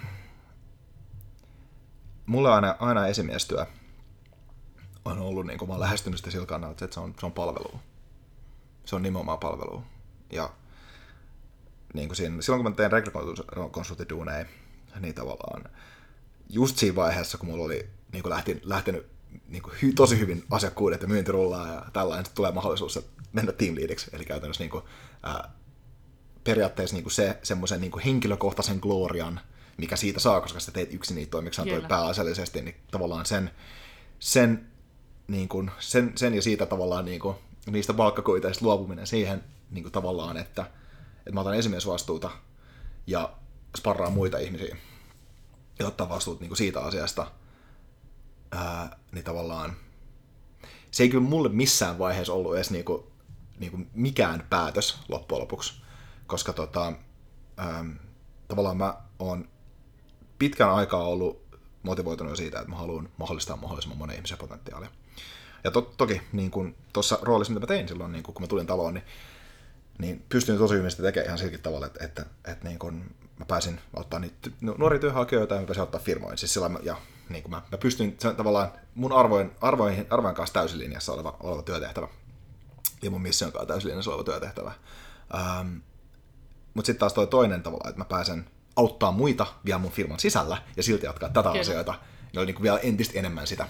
mulle aina esimiestyö on ollut, niin kuin mä oon lähestynyt sitä sillä kannalta, että se on palvelua. Se on nimenomaan palvelua. Ja niin kuin silloin kun mä tein rekrykonsulttiduuneja, niin tavallaan just siinä vaiheessa, kun mulla oli niin kuin lähtenyt niin kuin tosi hyvin asiakkuudet ja myynti rullaa ja tällainen, sitten tulee mahdollisuus mennä team leadiksi. Eli käytännössä niin kuin, periaatteessa niin kuin semmoisen niin kuin henkilökohtaisen glorian, mikä siitä saa, koska sä teet yksin niitä toimeksiantoja pääasiallisesti, niin tavallaan sen ja siitä tavallaan niin kuin, niistä palkkakuiteista luopuminen siihen niin kuin tavallaan, että mä otan esimiesvastuuta ja sparraan muita ihmisiä ja ottaa vastuut niin kuin siitä asiasta, niin tavallaan se ei kyllä mulle missään vaiheessa ollut edes niin kuin mikään päätös loppujen lopuksi, koska tavallaan mä oon pitkän aikaa ollut motivoitunut siitä, että mä haluan mahdollistaa mahdollisimman monen ihmisen potentiaalia. Ja toki niin kun tuossa roolissa, mitä mä tein silloin, niin kun mä tulin taloon, niin pystyin tosi hyvin sitä tekemään ihan silläkin tavalla, että niin kun mä pääsin ottaa niitä nuoria työnhakijoita ja mä pääsin ottaa firmoihin. Siis sillä ja niin kun mä pystyin tavallaan mun arvojen kanssa täysin linjassa oleva työtehtävä. ja mun mission kanssa täysin linjassa oleva työtehtävä. Mutta sitten taas toi toinen tavalla, että mä pääsen auttaa muita vielä mun firman sisällä ja silti jatkaa tätä asioita, niin oli niinku vielä entistä enemmän sitä.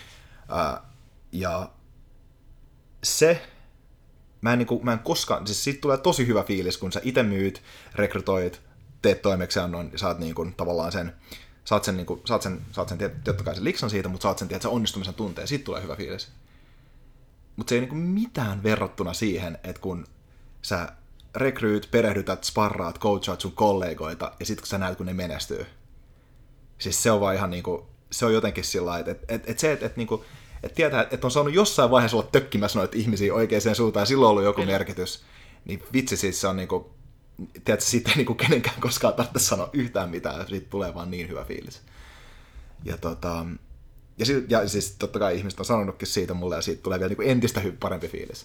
Ja se, mä en koskaan, siis siitä tulee tosi hyvä fiilis, kun sä itse myyt, rekrytoit, teet toimeksiannon ja saat niinku tavallaan saat sen totta kai sen liksan siitä, mutta saat sen onnistumisen tunteen, siitä tulee hyvä fiilis. Mutta se ei niinku mitään verrattuna siihen, että kun sä rekryyt, perehdytät, sparraat, coachaat sun kollegoita ja sitten kun sä näet, kun ne menestyy. Siis se on vaan ihan niinku, se on jotenkin sillä lailla, että tietää, että on saanut jossain vaiheessa olla tökkimässä noita ihmisiä oikeaan suuntaan ja silloin on ollut joku merkitys, niin vitsi siis se on niinku, tiedätkö, siitä ei niinku kenenkään koskaan tarvitse sanoa yhtään mitään, ja siitä tulee vaan niin hyvä fiilis. Ja siis totta kai ihmiset on sanonutkin siitä mulle, ja siitä tulee vielä niinku entistä parempi fiilis.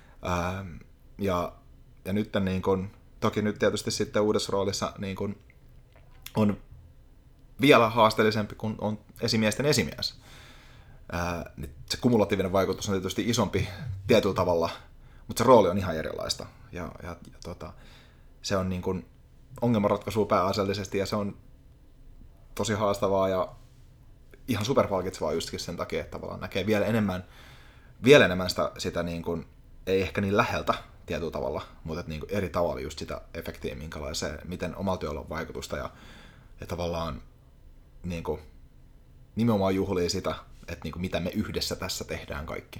Ja nyt niin kun, toki nyt tietysti sitten uudessa roolissa niin kun, on vielä haasteellisempi, kun on esimiesten esimies. Se kumulatiivinen vaikutus on tietysti isompi tietyllä tavalla, mutta se rooli on ihan erilaista. Se on niin kun ongelmanratkaisua pääasiallisesti ja se on tosi haastavaa ja ihan superpalkitsevaa justkin sen takia, että tavallaan näkee vielä enemmän sitä niin kun, ei ehkä niin läheltä tietyllä tavalla, mutta niin kuin eri tavalla just sitä efektiä, minkälaiseen, miten omalla työllä on vaikutusta ja tavallaan niin kuin, nimenomaan juhlii sitä, että niin kuin, mitä me yhdessä tässä tehdään kaikki.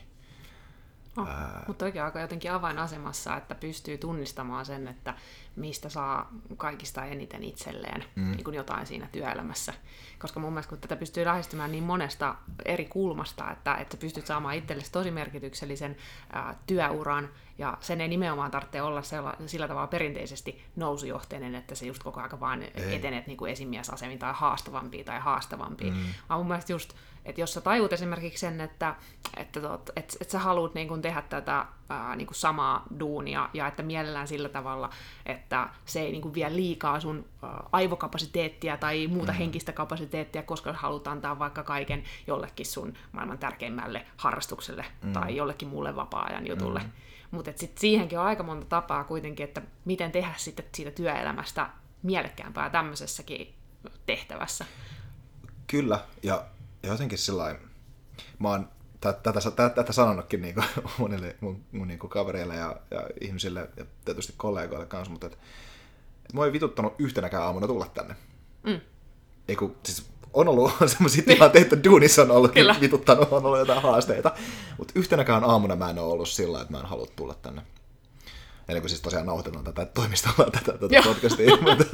Mutta oikein aika jotenkin avainasemassa, että pystyy tunnistamaan sen, että mistä saa kaikista eniten itselleen niin kuin jotain siinä työelämässä. Koska mun mielestä kun tätä pystyy lähestymään niin monesta eri kulmasta, että pystyt saamaan itsellesi tosi merkityksellisen työuran, ja sen ei nimenomaan tarvitse olla sillä tavalla perinteisesti nousujohteinen, että se just koko ajan vaan etenet niin kuin esimiesasemin tai haastavampia. Vaan mun mielestä just, että jos sä tajuut esimerkiksi sen, että sä haluat niin kuin tehdä tätä niin kuin samaa duunia ja että mielellään sillä tavalla, että se ei niin kuin vie liikaa sun aivokapasiteettia tai muuta henkistä kapasiteettia, koska haluat antaa vaikka kaiken jollekin sun maailman tärkeimmälle harrastukselle tai jollekin muulle vapaa-ajan jutulle. Mutta sitten siihenkin on aika monta tapaa kuitenkin, että miten tehdä sitten siitä työelämästä mielekkäämpää tämmöisessäkin tehtävässä. Kyllä, ja jotenkin sillain, mä oon tätä sanonutkin niinku monille mun niinku kavereille ja ihmisille ja tietysti kollegoille kanssa, mutta et mä ei vituttanut yhtenäkään aamuna tulla tänne. Siis on ollut semmoisia tilanteita, että duunissa on ollut vituttanut, on ollut jotain haasteita, mutta yhtenäkään aamuna mä en ole ollut sillä, että mä en halua tulla tänne. Eli kun siis tosiaan nauhoitellaan tätä toimistolla tätä podcastia,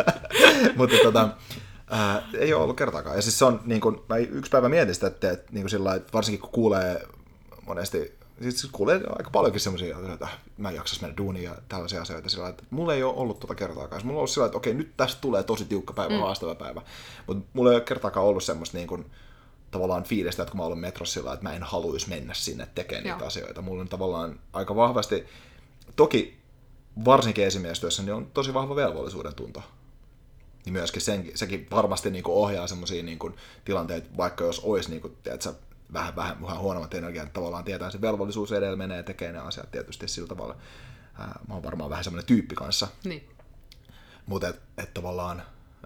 mutta ei ole ollut kertaakaan. Ja siis se on, niin kuin, mä yksi päivä mietin sitä, että niin kuin sillä, että varsinkin kun kuulee monesti, siis kuulee aika paljonkin semmoisia, että mä en jaksas mennä duuniin ja tällaisia asioita sillä, että mulla ei ole ollut tuota kertaakaan. Mulla on ollut sillä, että okei, nyt tästä tulee tosi tiukka päivä, haastava päivä. Mutta mulla ei ole kertaakaan ollut semmoista niin kuin, tavallaan fiilistä, että kun mä olen metrossa sillä, että mä en haluaisi mennä sinne tekemään niitä asioita. Mulla on tavallaan aika vahvasti, toki varsinkin esimiestyössä, niin on tosi vahva velvollisuuden tunto. Niin myöskin sekin varmasti niin kuin ohjaa semmoisia niin kuin tilanteita, vaikka jos olisi niin kuin, tiedätkö, vähän huonommat energiat, että tavallaan tietää se velvollisuus edellä menee ja tekee ne asiat tietysti sillä tavalla. Mä oon varmaan vähän semmoinen tyyppi kanssa. Niin. Mutta et tavallaan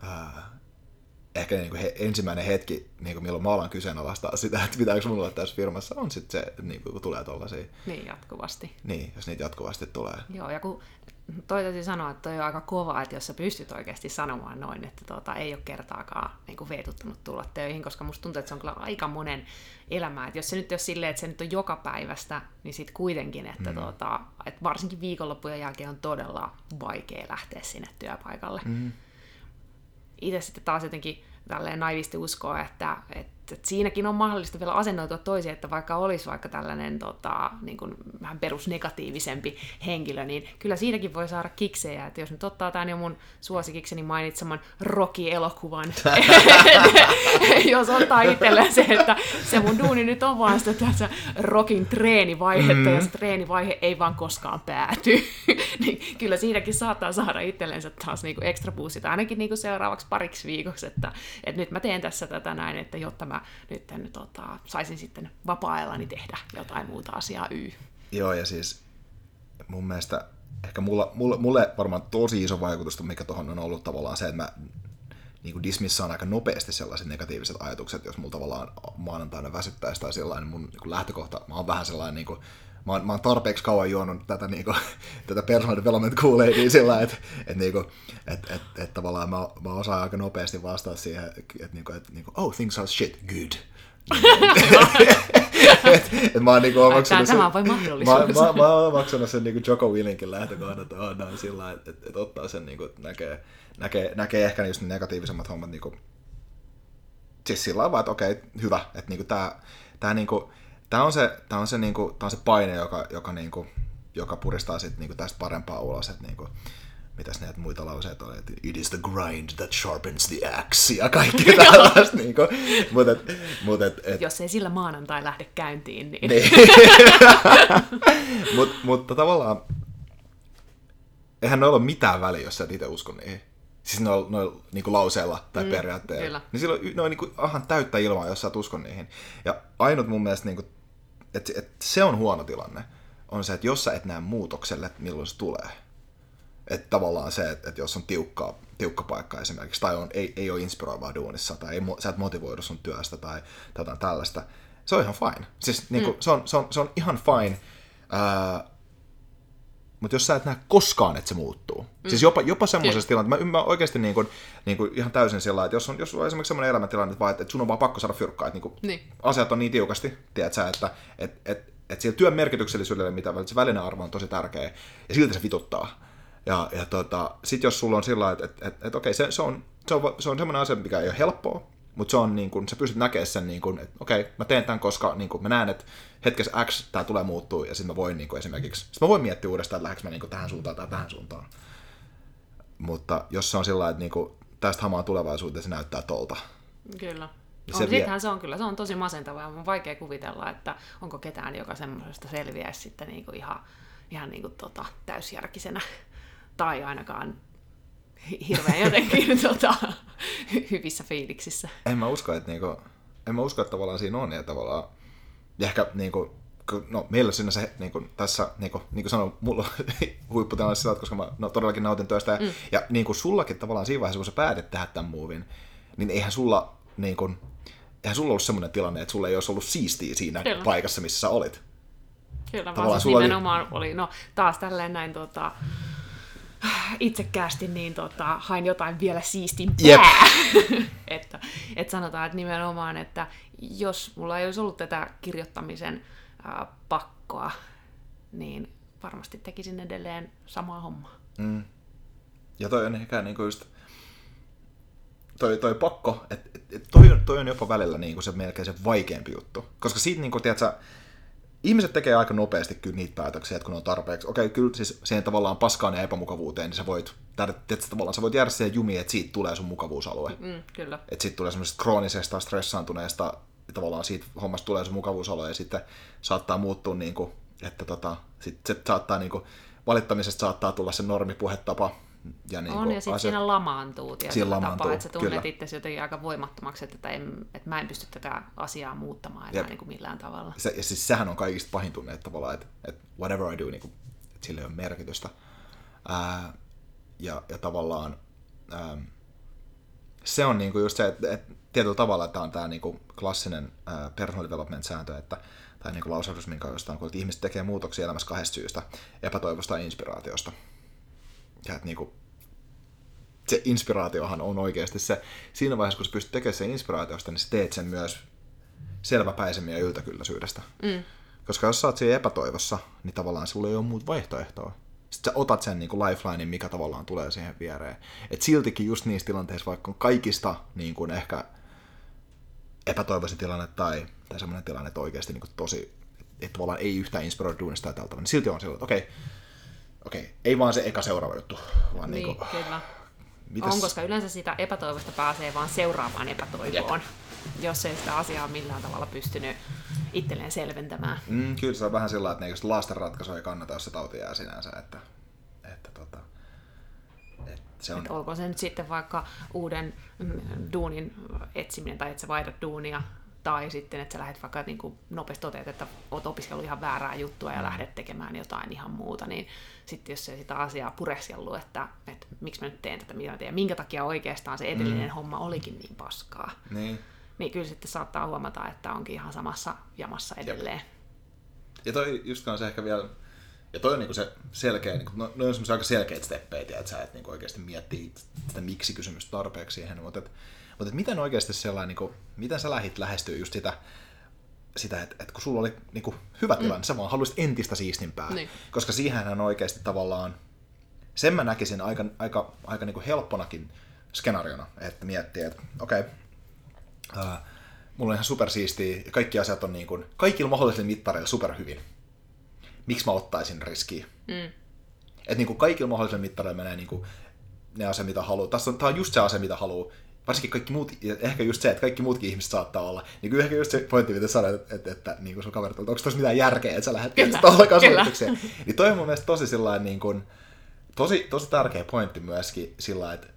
ehkä niin kuin ensimmäinen hetki, niin kuin milloin mä alan kyseenalaistaa sitä, että pitääkö mulla olla tässä firmassa, on sitten se, niin kun tulee tollaisia. Niin, jatkuvasti. Niin, jos niitä jatkuvasti tulee. Joo, ja kun täytyy sanoa, että toi on aika kova, että jos sä pystyt oikeasti sanomaan noin, että ei ole kertaakaan niin kuin veetuttanut tulla töihin, koska musta tuntuu, että se on kyllä aika monen elämää. Että jos se nyt ei ole silleen, että se nyt on joka päivästä, niin sitten kuitenkin, että, että varsinkin viikonloppujen jälkeen on todella vaikea lähteä sinne työpaikalle. Itse sitten taas jotenkin tälleen naivisti uskoa, että siinäkin on mahdollista vielä asennoitua toisiin, että vaikka olisi vaikka tällainen niin kuin vähän perusnegatiivisempi henkilö, niin kyllä siinäkin voi saada kiksejä. Että jos nyt ottaa tämän jo mun suosikikseni mainitseman Rocky-elokuvan, jos ottaa itselleen se, että se mun duuni nyt on vaan sitä tässä Rockin treenivaihetta, ja se treenivaihe ei vaan koskaan pääty, niin kyllä siinäkin saattaa saada itsellensä taas niin kuin extra boostit, ainakin niin kuin seuraavaksi pariksi viikoksi, että nyt mä teen tässä tätä näin, että jotta mä nyt saisin sitten vapaa-ajallani tehdä jotain muuta asiaa. Joo, ja siis mun mielestä ehkä mulle varmaan tosi iso vaikutus, mikä tuohon on ollut tavallaan se, että mä niin dismissaan aika nopeasti sellaiset negatiiviset ajatukset, jos mulla tavallaan maanantaina väsyttäisi tai sellainen, niin mun niin lähtökohta, mä oon vähän sellainen, niin kuin, mä oon tarpeeksi kauan juonut tätä, niin kuin, tätä personal development Kool-Aidia sillä, että tavallaan mä osaan aika nopeasti vastata siihen, että oh, things are shit, good. Mä oon niinku omaksunut sen, mä oon omaksunut sen niinku Jocko Willinkin lähtökohdan, että on sillä, että ottaa sen niinku, näkee ehkä just negatiivisemmat hommat niinku, siis sillä lailla vaan, että okei, hyvä, että niinku tää on se paine, joka puristaa sit niinku tästä parempaa ulos, että niinku mitäs näitä muita lauseita oli, että it is the grind that sharpens the axe ja kaikki tällaista. Niin jos ei sillä maanantai lähde käyntiin, niin... mutta tavallaan, eihän noilla ole mitään väliä, jos sä et itse usko niihin. Siis noilla niinku lauseilla tai periaatteella. Niin silloin ne on niinku täyttä ilmaa, jos sä et usko niihin. Ja ainut mun mielestä, niinku, että se on huono tilanne, on se, että jos sä et näe muutokselle, että milloin se tulee. Että tavallaan se, että jos on tiukka paikka esimerkiksi, tai ei ole inspiroivaa duunissa, tai sä et motivoidu sun työstä, tai jotain tällaista, se on ihan fine. Siis niinku, se on ihan fine, mutta jos sä et näe koskaan, että se muuttuu. Siis jopa semmoisessa tilanteessa, mä oikeasti niinku ihan täysin sillä, että jos sulla on esimerkiksi semmoinen elämäntilanne, että sun on vaan pakko saada fyrkkaa, että niinku, asiat on niin tiukasti, tiedätkö, että sillä työn merkityksellisyydellä, mitä se välinen arvo on tosi tärkeä, ja silti se vituttaa. Ja sit jos sulla on sillä että okei, se on semmoinen asia, mikä ei ole helppoa, mutta se on niin kun, sä pystyt näkemään sen, niin kun, että okei, mä teen tämän, koska niin kun, mä näen, että hetkessä X tää tulee muuttua, ja sitten mä voin niin kun, esimerkiksi, sit mä voin miettiä uudestaan, että lähdekö mä niin kun, tähän suuntaan tai tähän suuntaan. Mutta jos se on sillä että niin kun, tästä hamaa tulevaisuuteen se näyttää tolta. Kyllä. Sittenhän se on kyllä, se on tosi masentavaa, ja on vaikea kuvitella, että onko ketään, joka semmoisesta selviäisi sitten niin kuin ihan niin kuin täysjärkisenä. Tai ainakaan hirveän jotenkin hyvissä fiiliksissä. En mä usko, että tavallaan siinä on, ja tavallaan, ja ehkä niinku, no meillä siinä se niinku, tässä, niinku sanoin, mulla on huipputilanne sillä, koska mä todellakin nautin työstä, ja niinku sullakin tavallaan siinä vaiheessa, kun sä päätit tehdä tämän movin, niin eihän sulla ollut semmoinen tilanne, että sulla ei olisi ollut siistiä siinä paikassa, missä sä olit. Kyllä, vaan siis nimenomaan oli, no taas tälleen näin itsekkäästi, niin hain jotain vielä siistimpää. Yep. että sanotaan, että nimenomaan, että jos mulla ei olisi ollut tätä kirjoittamisen pakkoa, niin varmasti tekisin edelleen samaa hommaa. Ja toi on ehkä niinku just toi pakko, että toi on jopa välillä niinku se melkein se vaikeampi juttu. Koska siitä niinku, tiedätkö, ihmiset tekee aika nopeasti kyllä niitä päätöksiä, että kun on tarpeeksi. Okei, kyllä siis siihen tavallaan paskaan ja epämukavuuteen, niin sä voit jäädä siihen jumiin, että siitä tulee sun mukavuusalue. Kyllä. Että siitä tulee semmoisesta kroonisesta, stressaantuneesta, tavallaan siitä hommasta tulee sun mukavuusalue, ja sitten saattaa muuttua niin kuin, että sitten se saattaa niin kuin, valittamisesta saattaa tulla se normipuhetapa. Ja niin on, ja sitten siinä lamaantuu tietyllä tapaa, että sä tunnet itsesi jotenkin aika voimattomaksi, että mä en pysty tätä asiaa muuttamaan enää niin kuin millään tavalla. Ja siis sehän on kaikista pahin tunne, että tavallaan, että whatever I do, niin kuin, että sillä ei ole merkitystä. Ja tavallaan se on niin kuin just se, että tietyllä tavalla tämä on tämä niin kuin klassinen personal development-sääntö, tai niin kuin lausahdus, minkä jostain kuullut, että ihmiset tekee muutoksia elämässä 2 syystä, epätoivosta ja inspiraatiosta. Ja että niinku, se inspiraatiohan on oikeasti se, siinä vaiheessa kun sä pystyt tekemään sen inspiraatiosta, niin sä teet sen myös selväpäisemmin ja yltäkylläisyydestä. Koska jos sä oot siinä epätoivossa, niin tavallaan sulla ei ole muuta vaihtoehtoa. Sitten sä otat sen niinku lifelinein, mikä tavallaan tulee siihen viereen. Et siltikin just niissä tilanteissa, vaikka on kaikista niin kuin ehkä epätoivoisin tilanne tai semmoinen tilanne, että oikeasti niin kuin tosi, että tavallaan ei yhtään inspiroida duunista tai tältä, niin silti on sillä, että okei, ei vaan se eka seuraava juttu, vaan niin, niinku... Kyllä. On, koska yleensä sitä epätoivosta pääsee vaan seuraavaan epätoivoon, jos ei sitä asiaa millään tavalla pystynyt itselleen selventämään. Kyllä se on vähän sillä että niinku lastenratkaisu ei kannata, jos se tauti jää sinänsä, että se on... Että olko se nyt sitten vaikka uuden duunin etsiminen, tai että sä vaihdat duunia, tai sitten, että sä lähdet vaikka niin kuin nopeasti toteat, että oot opiskellut ihan väärää juttua ja lähdet tekemään jotain ihan muuta, niin sitten jos se sitä asiaa pureskellut, että miksi mä nyt teen tätä, mitä mä teen, minkä takia oikeastaan se edellinen homma olikin niin paskaa, niin kyllä sitten saattaa huomata, että onkin ihan samassa jamassa edelleen. Ja toi just kanssa ehkä vielä, ja toi on niinku se selkeä, niinku, no on semmoisia aika selkeitä steppejä, että sä et niinku oikeasti miettii sitä miksi-kysymystä tarpeeksi siihen, mutta miten oikeasti sellainen, niinku, miten sä lähestyy just sitä että kun sulla oli niinku hyvä tilanne, sä vaan haluaisit entistä siistimpää, koska siihenhän oikeasti tavallaan, sen mä näkisin aika niinku helpponakin skenaariona, että miettii, että okei, mulla on ihan supersiistiä ja kaikki asiat on niin kuin, kaikilla mahdollisilla mittareilla superhyvin. Miksi mä ottaisin riskiä? Että niin kuin kaikilla mahdollisilla mittareilla menee niin kuin ne asiat, mitä haluaa. Tämä on just se asia, mitä haluaa. Varsinkin kaikki muut, ja ehkä just se, että kaikki muutkin ihmiset saattaa olla. Niin kuin ehkä just se pointti, mitä sanoit, että niin kuin sun kaverit, onko tuossa mitään järkeä, että sä lähdet ollenkaan suoritukseen. Niin toi on mun mielestä tosi sillain, niin kuin, tosi tärkeä pointti myöskin sillä, että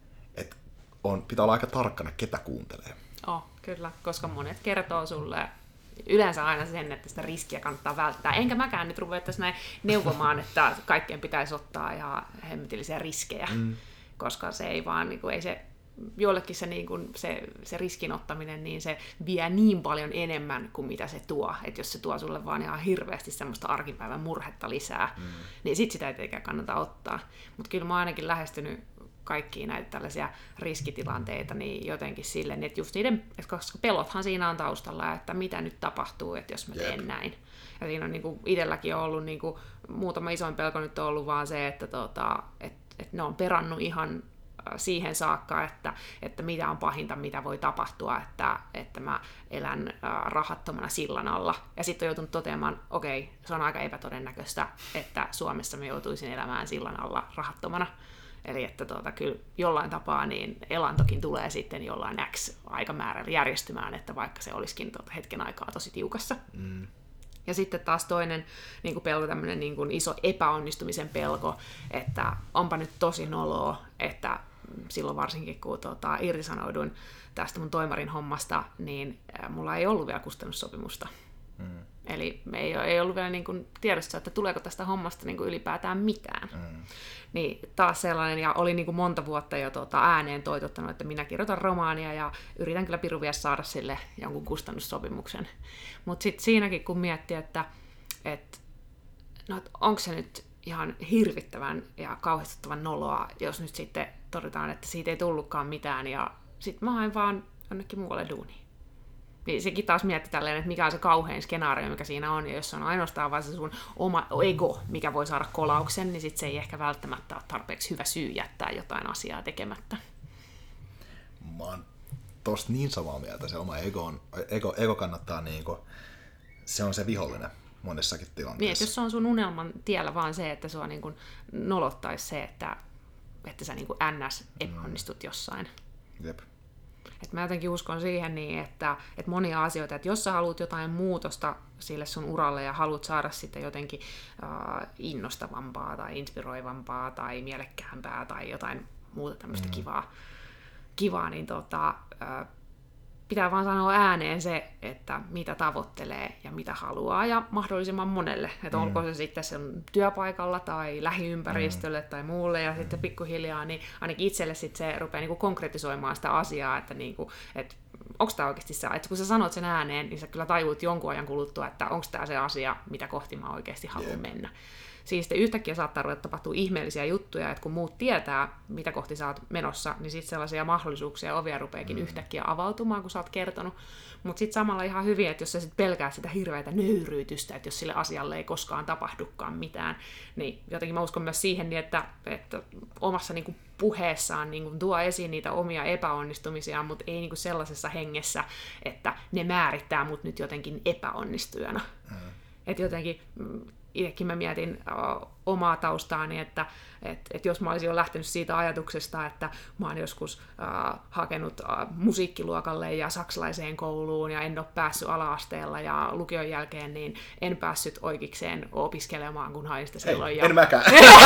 pitää olla aika tarkkana, ketä kuuntelee. Kyllä, koska monet kertoo sulle yleensä aina sen, että sitä riskiä kannattaa välttää. Enkä mäkään nyt ruvettaisi näin neuvomaan, että kaikkien pitäisi ottaa ihan hemmetillisiä riskejä, koska se ei vaan, niin kuin, ei se, jollekin se, niin kuin, se riskin ottaminen, niin se vie niin paljon enemmän kuin mitä se tuo. Että jos se tuo sulle vaan ihan hirveästi semmoista arkipäivän murhetta lisää, niin sit sitä ei tietenkään kannata ottaa. Mutta kyllä mä oon ainakin lähestynyt kaikkia näitä tällaisia riskitilanteita, niin jotenkin silleen, että just niiden, koska pelothan siinä on taustalla, että mitä nyt tapahtuu, että jos mä teen näin. Ja siinä on niin kuin itselläkin ollut niin kuin, muutama isoin pelko nyt on ollut vaan se, että ne on perannut ihan siihen saakka, että mitä on pahinta, mitä voi tapahtua, että mä elän rahattomana sillan alla. Ja sitten on joutunut toteamaan, okei, se on aika epätodennäköistä, että Suomessa mä joutuisin elämään sillan alla rahattomana. Eli että kyllä jollain tapaa niin elantokin tulee sitten jollain X-aikamäärällä järjestymään, että vaikka se olisikin hetken aikaa tosi tiukassa. Ja sitten taas toinen niin kuin pelko, tämmöinen niin kuin iso epäonnistumisen pelko, että onpa nyt tosi noloa, että silloin varsinkin kun irtisanouduin tästä mun toimarin hommasta, niin mulla ei ollut vielä kustannussopimusta. Eli ei ollut vielä niin kuin tiedossa, että tuleeko tästä hommasta niin kuin ylipäätään mitään. Niin taas sellainen, ja oli niin kuin monta vuotta jo ääneen toitottanut, että minä kirjoitan romaania ja yritän kyllä pirun vielä saada sille jonkun kustannussopimuksen. Mutta sitten siinäkin kun miettii, että onko se nyt ihan hirvittävän ja kauhistuttavan noloa, jos nyt sitten todetaan, että siitä ei tullutkaan mitään ja sitten mä haen vaan jonnekin muualle duuniin. Niin sekin taas mietti tälleen, että mikä on se kauhein skenaario, mikä siinä on, ja jos on ainoastaan vaan se sun oma ego, mikä voi saada kolauksen, niin sit se ei ehkä välttämättä ole tarpeeksi hyvä syy jättää jotain asiaa tekemättä. Mä oon tosta niin samaa mieltä, se oma ego kannattaa niinku, se on se vihollinen monessakin tilanteessa. Niin, että jos se on sun unelman tiellä vaan se, että sua niin kuin nolottaisi se, että sä niin kuin ns. Epäonnistut jossain. Jep. Et mä jotenkin uskon siihen niin, että monia asioita, että jos sä haluat jotain muutosta sille sun uralle ja haluat saada sitten jotenkin innostavampaa tai inspiroivampaa tai mielekkäämpää tai jotain muuta tämmöistä kivaa niin pitää vaan sanoa ääneen se, että mitä tavoittelee ja mitä haluaa ja mahdollisimman monelle. Että olko se sitten sen työpaikalla tai lähiympäristölle tai muulle ja sitten pikkuhiljaa, niin ainakin itselle sitten se rupeaa niinku konkretisoimaan sitä asiaa, että niinku, onko tämä oikeasti se, että kun sä sanot sen ääneen, niin sä kyllä tajuut jonkun ajan kuluttua, että onko tämä se asia, mitä kohti mä oikeasti haluan mennä. Siis sitten yhtäkkiä saattaa ruveta tapahtua ihmeellisiä juttuja, että kun muut tietää, mitä kohti sä oot menossa, niin sitten sellaisia mahdollisuuksia ja ovia rupeakin yhtäkkiä avautumaan, kun sä oot kertonut. Mutta sitten samalla ihan hyvin, että jos sä sit pelkäät sitä hirveätä nöyryytystä, että jos sille asialle ei koskaan tapahdukaan mitään, niin jotenkin mä uskon myös siihen, että omassa niinku puheessaan niinku tuo esiin niitä omia epäonnistumisia, mutta ei niinku sellaisessa hengessä, että ne määrittää mut nyt jotenkin epäonnistujana. Että jotenkin itsekin mä mietin omaa taustaani, että jos mä olisin jo lähtenyt siitä ajatuksesta, että mä oon joskus hakenut musiikkiluokalle ja saksalaiseen kouluun ja en ole päässyt ala-asteella ja lukion jälkeen, niin en päässyt oikeikseen opiskelemaan, kun hain sitä silloin. En mäkään.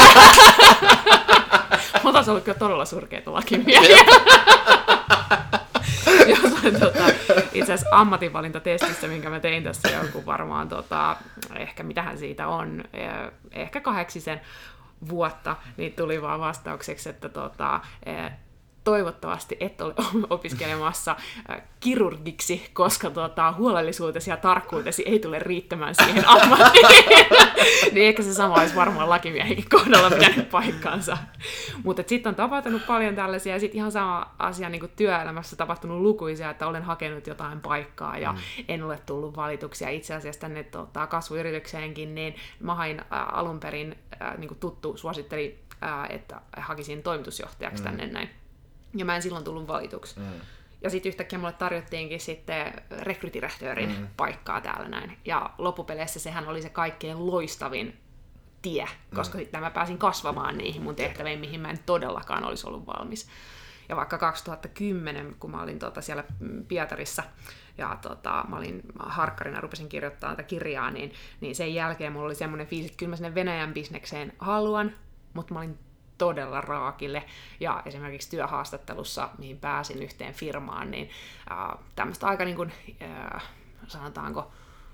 Mä taas ollut kyllä todella surkeita lakimiehiä. itse asiassa ammatinvalintatestissä, minkä mä tein tässä joku varmaan, ehkä mitähän siitä on, ehkä 8 vuotta, niin tuli vaan vastaukseksi, että toivottavasti et ole opiskelemassa kirurgiksi, koska huolellisuutesi ja tarkkuutesi ei tule riittämään siihen ammattiin. Niin ehkä se sama olisi varmaan lakimiehenkin kohdalla pitänyt paikkaansa. Mutta sitten on tapahtunut paljon tällaisia, ja sitten ihan sama asia niin kuin työelämässä tapahtunut lukuisia, että olen hakenut jotain paikkaa ja en ole tullut valituksia. Itse asiassa tänne kasvuyritykseenkin, niin mä hain alun perin, niin kuin tuttu suositteli, että hakisin toimitusjohtajaksi tänne näin. Ja mä en silloin tullut valituksi. Ja sitten yhtäkkiä mulle tarjottiinkin sitten rekrytirehtöörin paikkaa täällä näin. Ja loppupeleissä sehän oli se kaikkein loistavin tie, koska sitten mä pääsin kasvamaan niihin mun tehtäviin, mihin mä en todellakaan olisi ollut valmis. Ja vaikka 2010, kun mä olin siellä Pietarissa ja mä olin harkkarina, rupesin kirjoittamaan tätä kirjaa, niin sen jälkeen mulla oli semmoinen fiilis, että kyllä mä sinne Venäjän bisnekseen haluan, mutta mä olin todella raakille. Ja esimerkiksi työhaastattelussa, mihin pääsin yhteen firmaan, niin tämmöistä aika niin kuin, sanotaanko,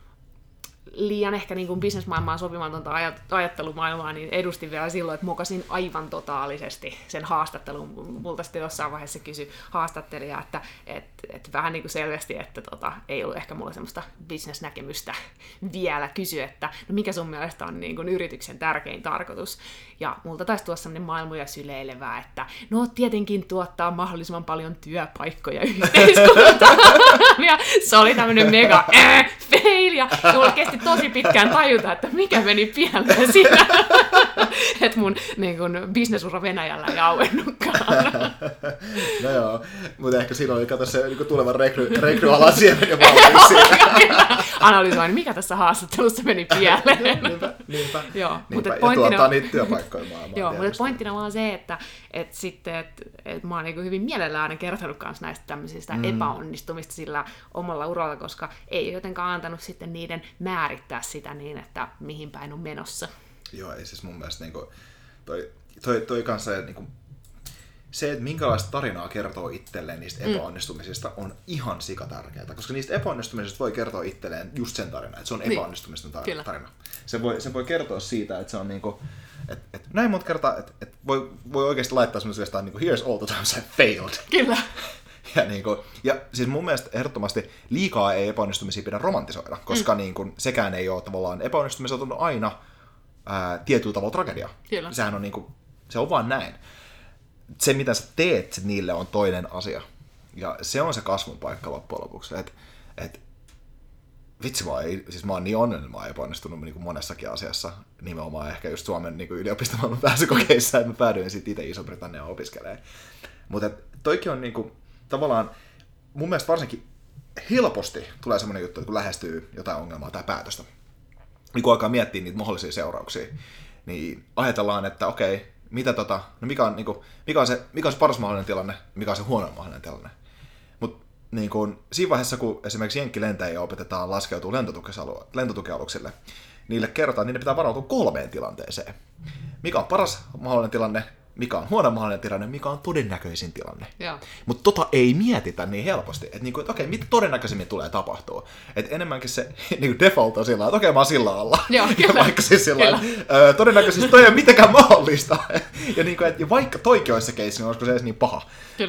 liian ehkä niin kuin bisnesmaailmaan sopimatonta ajattelumaailmaa, niin edustin vielä silloin, että mokasin aivan totaalisesti sen haastattelun. Multa sitten jossain vaiheessa kysyi haastattelija, että vähän niin kuin selvästi, että ei ollut ehkä mulla semmoista bisnesnäkemystä vielä. Kysy, että no mikä sun mielestä on niin kuin yrityksen tärkein tarkoitus. Ja multa taisi tuossa semmoinen maailmoja syleilevää, että no tietenkin tuottaa mahdollisimman paljon työpaikkoja yhteiskuntaan. Ja se oli tämmöinen mega fail, ja mulla kesti tosi pitkään tajuta, että mikä meni pieleen siinä, että mun niin kun, bisnesura Venäjällä ei auennutkaan. No joo, mutta ehkä siinä oli kato se niin tulevan rekryalan siemen jo valmiiksi. Analysoin, mikä tässä haastattelussa meni pieleen. Niinpä. Joo, niinpä. Ja tuottaa niitä työpaikkoja maailmaan. Joo, mutta pointtina vaan se, että mä oon niin hyvin mielellään aina kertonut myös näistä tämmöisistä epäonnistumista sillä omalla uralla, koska ei jotenkaan antanut sitten niiden määrittää sitä niin, että mihin päin on menossa. Joo, ei siis mun mielestä niinku, toi kanssa niinku, se, että minkälaista tarinaa kertoo itselleen niistä epäonnistumisista, on ihan sikatärkeää, koska niistä epäonnistumisista voi kertoa itselleen just sen tarinan, että se on epäonnistumisten tarina. Se voi kertoa siitä, että se on niinku, että näin monta kertaa, että voi oikeasti laittaa semmoisesta niinku, here's all the times I failed. Kyllä. Ja siis mun mielestä ehdottomasti liikaa ei epäonnistumisia pidä romantisoida, koska niinku, sekään ei ole tavallaan epäonnistumisia on aina tietyllä tavalla tragedia. Kyllä. Sehän on niinku, se on vaan näin. Se, mitä sä teet niille, on toinen asia. Ja se on se kasvun paikka loppujen lopuksi. Vitsi, mä oon niin onnellinen, mä oon epäonnistunut niin kuin monessakin asiassa. Nimenomaan ehkä just Suomen niin kuin yliopistomaailman pääsykokeissa, että mä päädyin sitten itse Iso-Britanniaan opiskelemaan. Mutta toikin on niin kuin, tavallaan, mun mielestä varsinkin helposti tulee semmoinen juttu, että kun lähestyy jotain ongelmaa tai päätöstä, niin kun alkaa miettiä niitä mahdollisia seurauksia, niin ajatellaan, että okei, mikä on se paras mahdollinen tilanne, mikä on se huono mahdollinen tilanne. Mutta niin siinä vaiheessa, kun esimerkiksi jenkkilentäjiä opetetaan laskeutua lentotukialuksille, niille kerrotaan, että niiden pitää varautua 3 tilanteeseen. Mikä on paras mahdollinen tilanne, mikä on huono mahdollinen tilanne, mikä on todennäköisin tilanne. Mutta ei mietitä niin helposti, että okei, mitä todennäköisimmin tulee tapahtua. Että enemmänkin se niinku default on sillä, että okei, mä oon silla alla. Joo, ja vaikka siis sillä todennäköisesti toi ei ole mitenkään mahdollista. ja vaikka toikin olisi se keissi, niin olisiko se edes niin paha.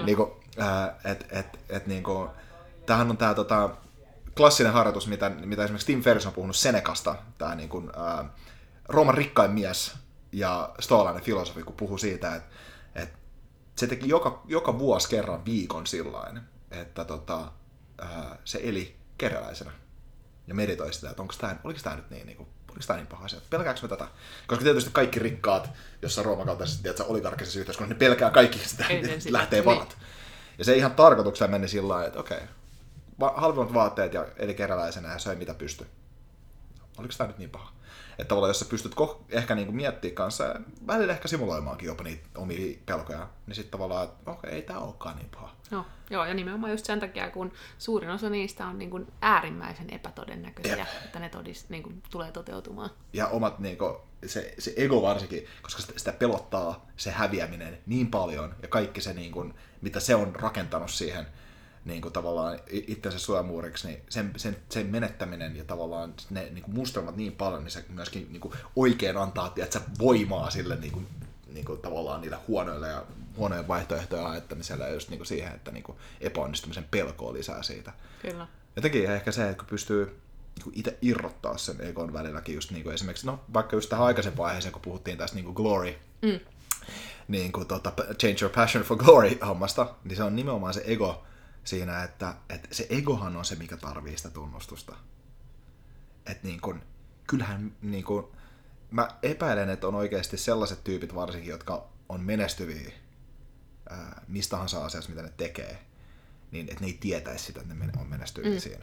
Tämähän on tää klassinen harjoitus, mitä esimerkiksi Tim Ferriss on puhunut Senecasta, tää Rooman rikkain mies ja stoalainen filosofi, kun puhuu siitä, että se teki joka vuosi kerran viikon sillain, että se eli kerjäläisenä ja meditoi sitä, että oliko tämä nyt niin paha asia, pelkääkö me tätä? Koska tietysti kaikki rikkaat, jossa Rooman kaltaisessa oligarkkisessa yhteiskunnassa, ne pelkää kaikki sitä, että lähtee varat. Ja se ihan tarkoituksella meni sillä lailla, että okei, halvimmat vaatteet ja eli kerjäläisenä ja söi mitä pystyi. Oliko tämä nyt niin paha? Että tavallaan, jos sä pystyt ehkä niinku miettimään kanssa ja välillä ehkä simuloimaankin jopa niitä omia pelkoja, niin sitten tavallaan, että okei, ei tää olekaan niin paha. Joo, ja nimenomaan just sen takia, kun suurin osa niistä on niin kuin äärimmäisen epätodennäköisiä, että ne niin kuin tulee toteutumaan. Ja omat, niin kuin, se ego varsinkin, koska sitä pelottaa se häviäminen niin paljon, ja kaikki se, niin kuin, mitä se on rakentanut siihen niin kuin tavallaan itsensä suojamuuriksi, niin sen menettäminen ja tavallaan ne niin kuin mustelmat niin paljon, niin se myöskin niin kuin oikein antaa voimaa sille niin kuin tavallaan niille huonojen vaihtoehtojen ajattamiselle ja just niin kuin siihen, että niin kuin epäonnistumisen pelkoa lisää siitä. Kyllä. Jotenkin ehkä se, että kun pystyy itse irrottaa sen egon välilläkin just niin kuin esimerkiksi, no vaikka just tähän aikaisempaan vaiheeseen, kun puhuttiin tästä niin kuin glory, niin kuin change your passion for glory hommasta, niin se on nimenomaan se ego siinä, että se egohan on se, mikä tarvii sitä tunnustusta. Että niin kuin, kyllähän niin kuin, mä epäilen, että on oikeasti sellaiset tyypit varsinkin, jotka on menestyviä mistä tahansa asiassa, mitä ne tekee, niin että ne ei tietäisi sitä, että ne on menestyviä siinä.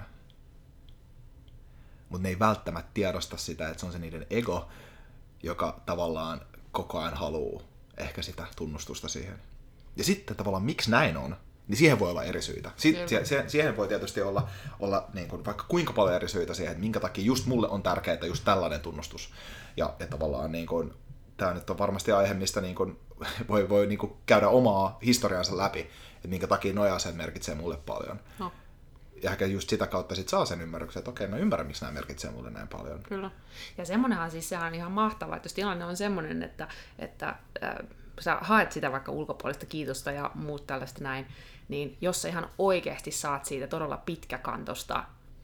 Mutta ne ei välttämättä tiedosta sitä, että se on se niiden ego, joka tavallaan koko ajan haluaa ehkä sitä tunnustusta siihen. Ja sitten tavallaan, miksi näin on, niin siihen voi olla eri syitä. Siihen voi tietysti olla niin kuin, vaikka kuinka paljon eri syitä siihen, että minkä takia just mulle on tärkeää just tällainen tunnustus. Ja tavallaan niin kuin, tämä nyt on varmasti aihe, mistä niin kuin, voi niin kuin, käydä omaa historiansa läpi, että minkä takia noja-asiat merkitsee mulle paljon. No. Ja ehkä just sitä kautta sit saa sen ymmärryksen, että okei, mä ymmärrän, miksi nämä merkitsee mulle näin paljon. Kyllä. Ja semmonenhan siis sehän on ihan mahtavaa, että jos tilanne on semmoinen, että sä haet sitä vaikka ulkopuolista kiitosta ja muut tällaista näin, niin jos sä ihan oikeasti saat siitä todella pitkäkantosta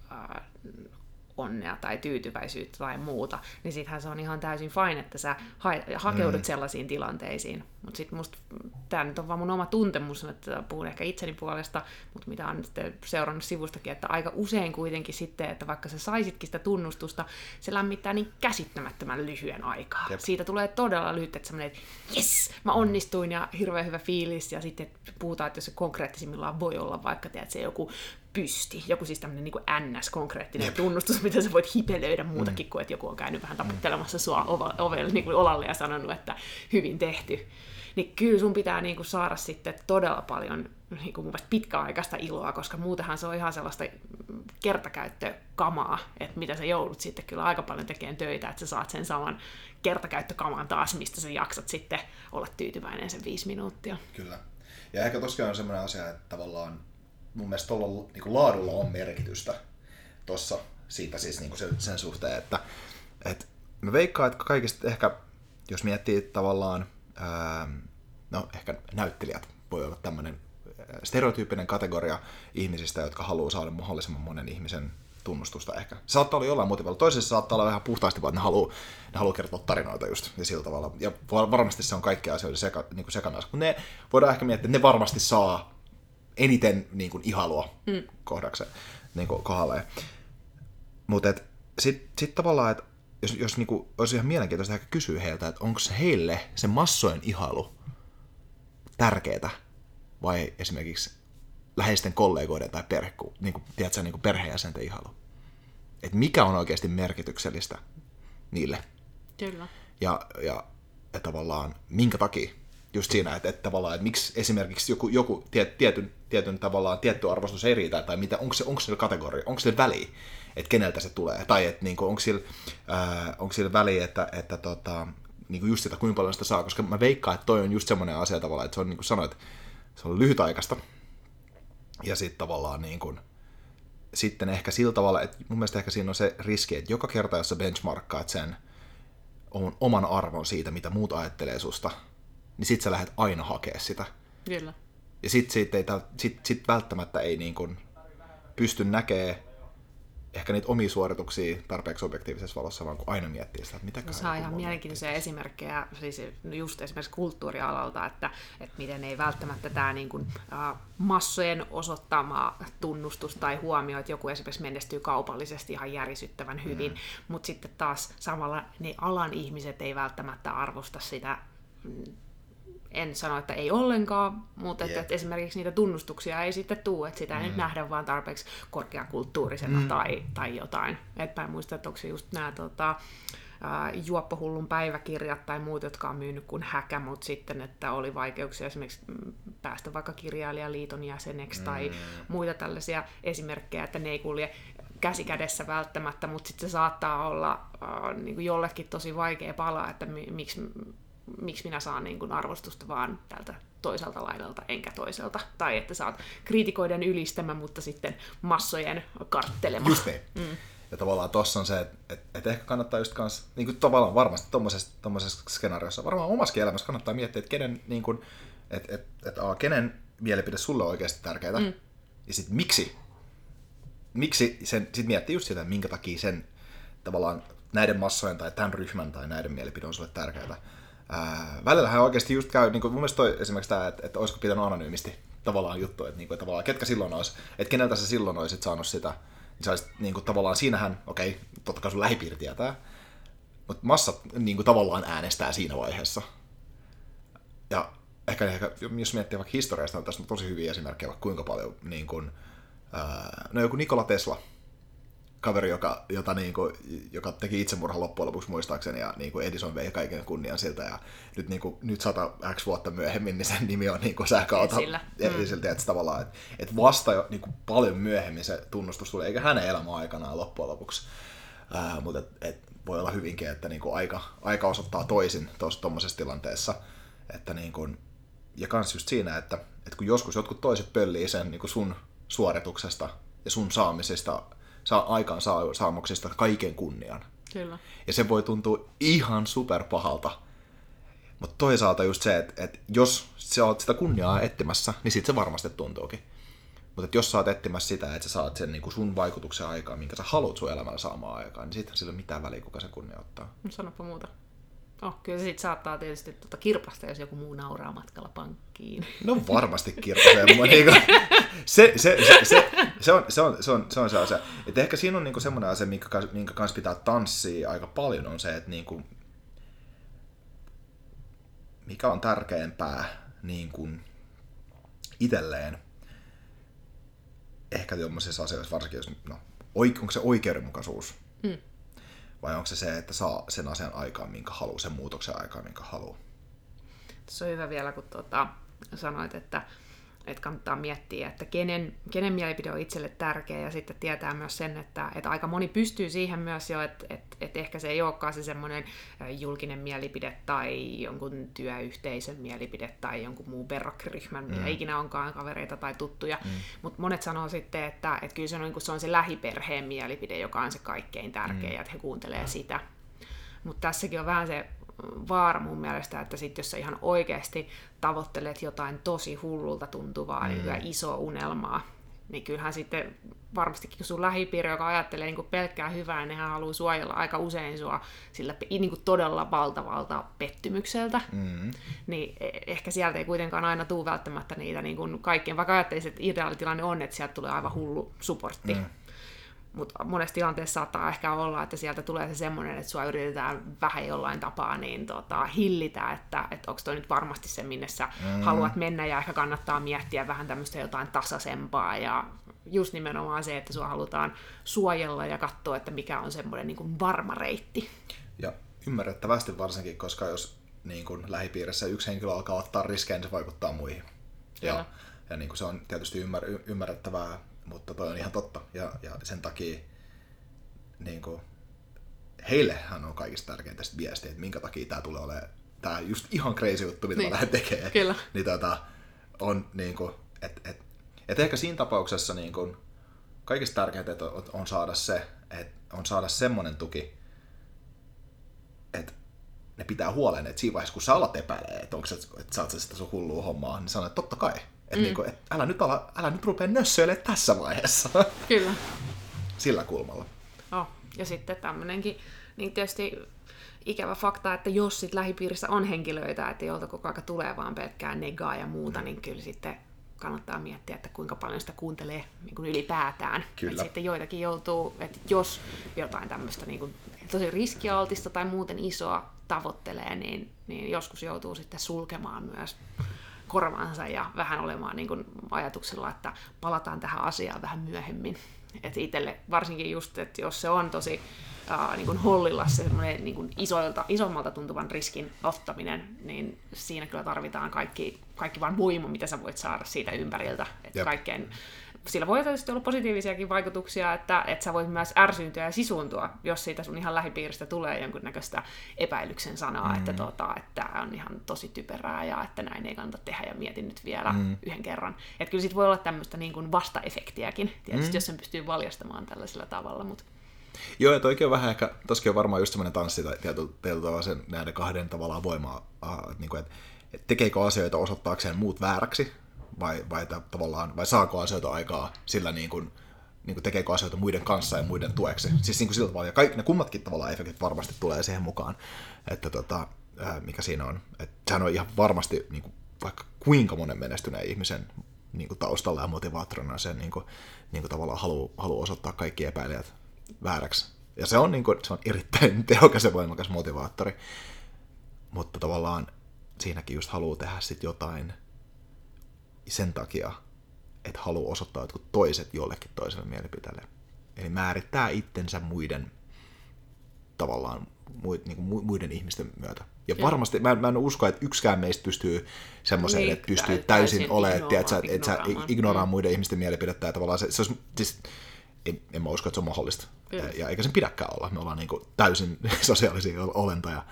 onnea tai tyytyväisyyttä tai muuta, niin sittenhän se on ihan täysin fine, että sä hakeudut sellaisiin tilanteisiin. Mutta sitten musta, tää nyt on vaan mun oma tuntemus, että puhun ehkä itseni puolesta, mutta mitä on nyt seurannut sivustakin, että aika usein kuitenkin sitten, että vaikka sä saisitkin sitä tunnustusta, se lämmittää niin käsittämättömän lyhyen aikaa. Jep. Siitä tulee todella lyhyt, että semmoinen, että jes, mä onnistuin ja hirveän hyvä fiilis, ja sitten puhutaan, että jos se konkreettisimmillaan voi olla vaikka, että se joku pysti, joku siis tämmöinen niin kuin NS-konkreettinen tunnustus, mitä sä voit hipelöidä muutakin kuin, että joku on käynyt vähän taputtelemassa sua ovelle niin kuin olalle ja sanonut, että hyvin tehty. Niin kyllä sun pitää niin kuin saada sitten todella paljon niin kuin mun mielestä pitkäaikaista iloa, koska muutenhan se on ihan sellaista kertakäyttökamaa, että mitä sä joudut sitten kyllä aika paljon tekemään töitä, että sä saat sen saman kertakäyttökaman taas, mistä sä jaksat sitten olla tyytyväinen sen 5 minuuttia. Kyllä. Ja ehkä tosiaan on semmoinen asia, että tavallaan mun mielestä tuolla niin laadulla on merkitystä tuossa siitä siis niin sen suhteen, että mä veikkaan, että kaikista ehkä, jos miettii tavallaan, no ehkä näyttelijät voi olla tämmöinen stereotyyppinen kategoria ihmisistä, jotka haluaa saada mahdollisimman monen ihmisen tunnustusta ehkä. Se saattaa olla jollain motiivilla. Toisessa saattaa olla vähän puhtaasti, vaan ne haluaa kertoa tarinoita just ja sillä tavalla. Ja varmasti se on kaikkia asioita sekana. Kun ne voidaan ehkä miettiä, että ne varmasti saa eniten niin kuin ihailua kohdakseen, niin kuin kohdalleen. Mutta sitten tavallaan, että jos niin kuin, olisi ihan mielenkiintoista ehkä kysyä heiltä, että onko heille se massojen ihailu tärkeää vai esimerkiksi läheisten kollegoiden tai niin kuin perheenjäsenten ihailu. Että mikä on oikeasti merkityksellistä niille. Kyllä. Ja tavallaan minkä takia. Just siinä, että tavallaan, että miksi esimerkiksi joku tietyn tavallaan tietty arvostus ei riitä, tai mitä, onko sillä kategoria, onko sillä väliä, että keneltä se tulee, tai että niin kuin, onko sillä väliä, että niin kuin just sitä, kuinka paljon sitä saa, koska mä veikkaan, että toi on just semmoinen asia tavallaan, että se on niin kuin sanoit, se on lyhytaikaista, ja sitten tavallaan niin kuin, sitten ehkä sillä tavalla, että mun mielestä ehkä siinä on se riski, että joka kerta, jos sä benchmarkkaat sen oman arvon siitä, mitä muut ajattelee susta, niin sit sä lähdet aina hakea sitä. Kyllä. Ja sit välttämättä ei niin kuin pysty näkemään ehkä niitä omia suorituksia tarpeeksi objektiivisessa valossa, vaan kun aina miettii sitä, että mitäkään. Se on ihan mielenkiintoisia esimerkkejä, siis just esimerkiksi kulttuurialalta, että miten ei välttämättä tämä niin kuin, massojen osoittama tunnustus tai huomio, että joku esimerkiksi menestyy kaupallisesti ihan järisyttävän hyvin, mutta sitten taas samalla ne alan ihmiset ei välttämättä arvosta sitä. En sano, että ei ollenkaan, mutta että esimerkiksi niitä tunnustuksia ei sitten tule, että sitä ei nyt nähdä vaan tarpeeksi korkeakulttuurisena tai jotain. Et mä en muista, että onko se just nämä Juoppohullun päiväkirjat tai muut, jotka on myynyt kuin häkä, mutta sitten, että oli vaikeuksia esimerkiksi päästä vaikka kirjailijaliiton jäseneksi tai muita tällaisia esimerkkejä, että ne ei kulje käsi kädessä välttämättä, mutta sitten se saattaa olla niin kuin jollekin tosi vaikea pala, että miksi minä saan niin kuin arvostusta vaan tältä toiselta laidalta enkä toiselta. Tai että sä oot kriitikoiden ylistämä, mutta sitten massojen karttelema. Just niin. Ja tavallaan tossa on se, että ehkä kannattaa just kans, niin kuin tavallaan varmasti tommosessa skenaariossa, varmaan omassakin elämässä kannattaa miettiä, että kenen, niin kuin, kenen mielipide sulle on oikeasti tärkeää, ja sitten miksi sen, sit miettii just sitä, minkä takia sen tavallaan näiden massojen tai tämän ryhmän tai näiden mielipide on sulle tärkeää. Välillähän oikeasti just käy, niin kuin mun mielestä toi esimerkiksi tämä, että olisiko pitänyt anonyymisti tavallaan juttu, että, niin kuin, että tavallaan ketkä silloin olisi, että keneltä sä silloin olisit saanut sitä, niin sä olisit niin kuin, tavallaan siinähän, okei, totta kai sun lähipiiri tietää, mutta massat niin kuin, tavallaan äänestää siinä vaiheessa. Ja ehkä jos miettii vaikka historiasta, on tässä tosi hyviä esimerkkejä, vaikka kuinka paljon, niin kuin, joku Nikola Tesla, kaveri, joka teki itsemurhan loppujen lopuksi muistaakseni, ja niin kuin Edison vei kaiken kunnian siltä, ja nyt 100x vuotta myöhemmin, niin sen nimi on niin kuin sähköauto esillä, että tavallaan, että vasta jo niin kuin paljon myöhemmin se tunnustus tuli, eikä hänen elämän aikanaan loppujen lopuksi, mutta voi olla hyvinkin, että niin kuin aika osoittaa toisin tuommoisessa tilanteessa, että niin kuin, ja kans just siinä, että kun joskus jotkut toiset pöllii sen niin kuin sun suorituksesta ja sun saamisesta, aikaansaamuksista kaiken kunnian. Kyllä. Ja se voi tuntua ihan superpahalta. Mutta toisaalta just se, että jos sä oot sitä kunniaa etsimässä, niin sit se varmasti tuntuukin. Mutta jos sä oot etsimässä sitä, että sä saat sen niin kuin sun vaikutuksen aikaan, minkä sä haluat sun elämällä saamaan aikaan, niin sittenhän sillä ei ole mitään väliä, kuka sen kunnia ottaa. Sanoppa muuta. Kyllä se sitten saattaa tietysti kirpasta, jos joku muu nauraa matkalla pankkiin. No varmasti kirpasee. Se on se asia. Et ehkä siinä on niinku semmoinen asia, minkä kanssa pitää tanssia aika paljon, on se, että niinku, mikä on tärkeämpää niinku itselleen. Ehkä tuollaisissa asioissa, varsinkin jos, onko se oikeudenmukaisuus? Vai onko se, että saa sen asian aikaan, minkä haluaa, sen muutoksen aikaan, minkä haluaa? Se on hyvä vielä, kun sanoit, että kannattaa miettiä, että kenen mielipide on itselle tärkeä, ja sitten tietää myös sen, että aika moni pystyy siihen myös jo, että ehkä se ei olekaan se semmoinen julkinen mielipide tai jonkun työyhteisön mielipide tai jonkun muun verrokkiryhmän, mitä ikinä onkaan kavereita tai tuttuja, mutta monet sanoo sitten, että kyllä se on se lähiperheen mielipide, joka on se kaikkein tärkein, että he kuuntelee sitä. Mutta tässäkin on vähän se vaara mun mielestä, että sit jos sä ihan oikeasti tavoittelet jotain tosi hullulta tuntuvaa, niin iso unelmaa, niin kyllähän sitten varmastikin kun sun lähipiiri, joka ajattelee niin kuin pelkkää hyvää, niin hän haluaa suojella aika usein sua sillä niin kuin todella valtavalta pettymykseltä, niin ehkä sieltä ei kuitenkaan aina tule välttämättä niitä niin kuin kaikkien, vaikka ajattelisit, että ideaalitilanne on, että sieltä tulee aivan hullu supportti. Mutta monessa tilanteessa saattaa ehkä olla, että sieltä tulee se semmoinen, että sua yritetään vähän jollain tapaa niin hillitä, että onko toi nyt varmasti se, minne sä haluat mennä, ja ehkä kannattaa miettiä vähän tämmöistä jotain tasaisempaa, ja just nimenomaan se, että sua halutaan suojella ja katsoa, että mikä on semmoinen niin kuin varma reitti. Ja ymmärrettävästi varsinkin, koska jos niin kuin lähipiirissä yksi henkilö alkaa ottaa riskejä, niin se vaikuttaa muihin. Ja niin kuin se on tietysti ymmärrettävää, mutta toi on ihan totta, ja sen takia niin kuin, heillehän on kaikista tärkeintä viestiä, että minkä takia tää tulee olemaan tää just ihan crazy juttu, mitä mä lähden tekemään. Kyllä. Niin on niin kuin, että ehkä siinä tapauksessa niin kuin, kaikista tärkeintä on saada se, että on saada semmoinen tuki, että ne pitää huolen, että siinä vaiheessa kun sä alat epäilee, että onko että sä oot sitä sun hullua hommaa, niin sanoo, että totta kai. Että niinku, et älä nyt rupea nössöilemään tässä vaiheessa. Kyllä. Sillä kulmalla. Ja sitten tämmöinenkin, niin tietysti ikävä fakta, että jos sit lähipiirissä on henkilöitä, että jolta koko ajan tulee vaan pelkkää negaa ja muuta, niin kyllä sitten kannattaa miettiä, että kuinka paljon sitä kuuntelee niin kuin ylipäätään. Että sitten joitakin joutuu, että jos jotain tämmöistä niin kuin tosi riskialtista tai muuten isoa tavoittelee, niin joskus joutuu sitten sulkemaan myös korvansa ja vähän olemaan niin kuin ajatuksella, että palataan tähän asiaan vähän myöhemmin. Että itselle varsinkin just, että jos se on tosi niin kuin hollilla se semmoinen niin kuin isommalta tuntuvan riskin ottaminen, niin siinä kyllä tarvitaan kaikki vaan voima, mitä sä voit saada siitä ympäriltä. Että kaikkein sillä voi tietysti olla positiivisiakin vaikutuksia, että sä voit myös ärsyyntyä ja sisuntua, jos siitä sun ihan lähipiiristä tulee jonkunnäköistä epäilyksen sanaa, että tämä on ihan tosi typerää ja että näin ei kannata tehdä ja mietin nyt vielä yhden kerran. Että kyllä sit voi olla tämmöistä niin kuin vastaefektiäkin, tietysti jos sen pystyy valjastamaan tällaisella tavalla. Joo, ja toikin on vähän ehkä, tossakin on varmaan just semmoinen tanssi tietyllä tavalla sen näiden kahden tavallaan voimaa, että tekeekö asioita osoittaakseen muut vääräksi, vai saako asioita aikaa sillä niin kuin tekeekö asioita muiden kanssa ja muiden tueksi. Siis niin kuin sillä tavalla, ja kaikki ne kummatkin tavallaan efektit varmasti tulee siihen mukaan, että mikä siinä on. Että sehän on ihan varmasti niin kuin, vaikka kuinka monen menestyneen ihmisen niin kuin taustalla ja motivaattorina se niin kuin tavallaan haluaa osoittaa kaikki epäilijät vääräksi. Ja se on erittäin tehokas ja voimakas motivaattori, mutta tavallaan siinäkin just haluaa tehdä sit jotain sen takia, että haluaa osoittaa jotkut toiset jollekin toiselle mielipiteelle. Eli määrittää itsensä muiden tavallaan muiden ihmisten myötä. Ja varmasti, mä en usko, että yksikään meistä pystyy semmoiseen, että pystyy täysin olemaan, että sä ignoraa muiden ihmisten mielipidettä. Ja tavallaan se olisi, siis, en mä usko, että se on mahdollista. Ja eikä sen pidäkään olla. Me ollaan niin kuin täysin sosiaalisia olentoja.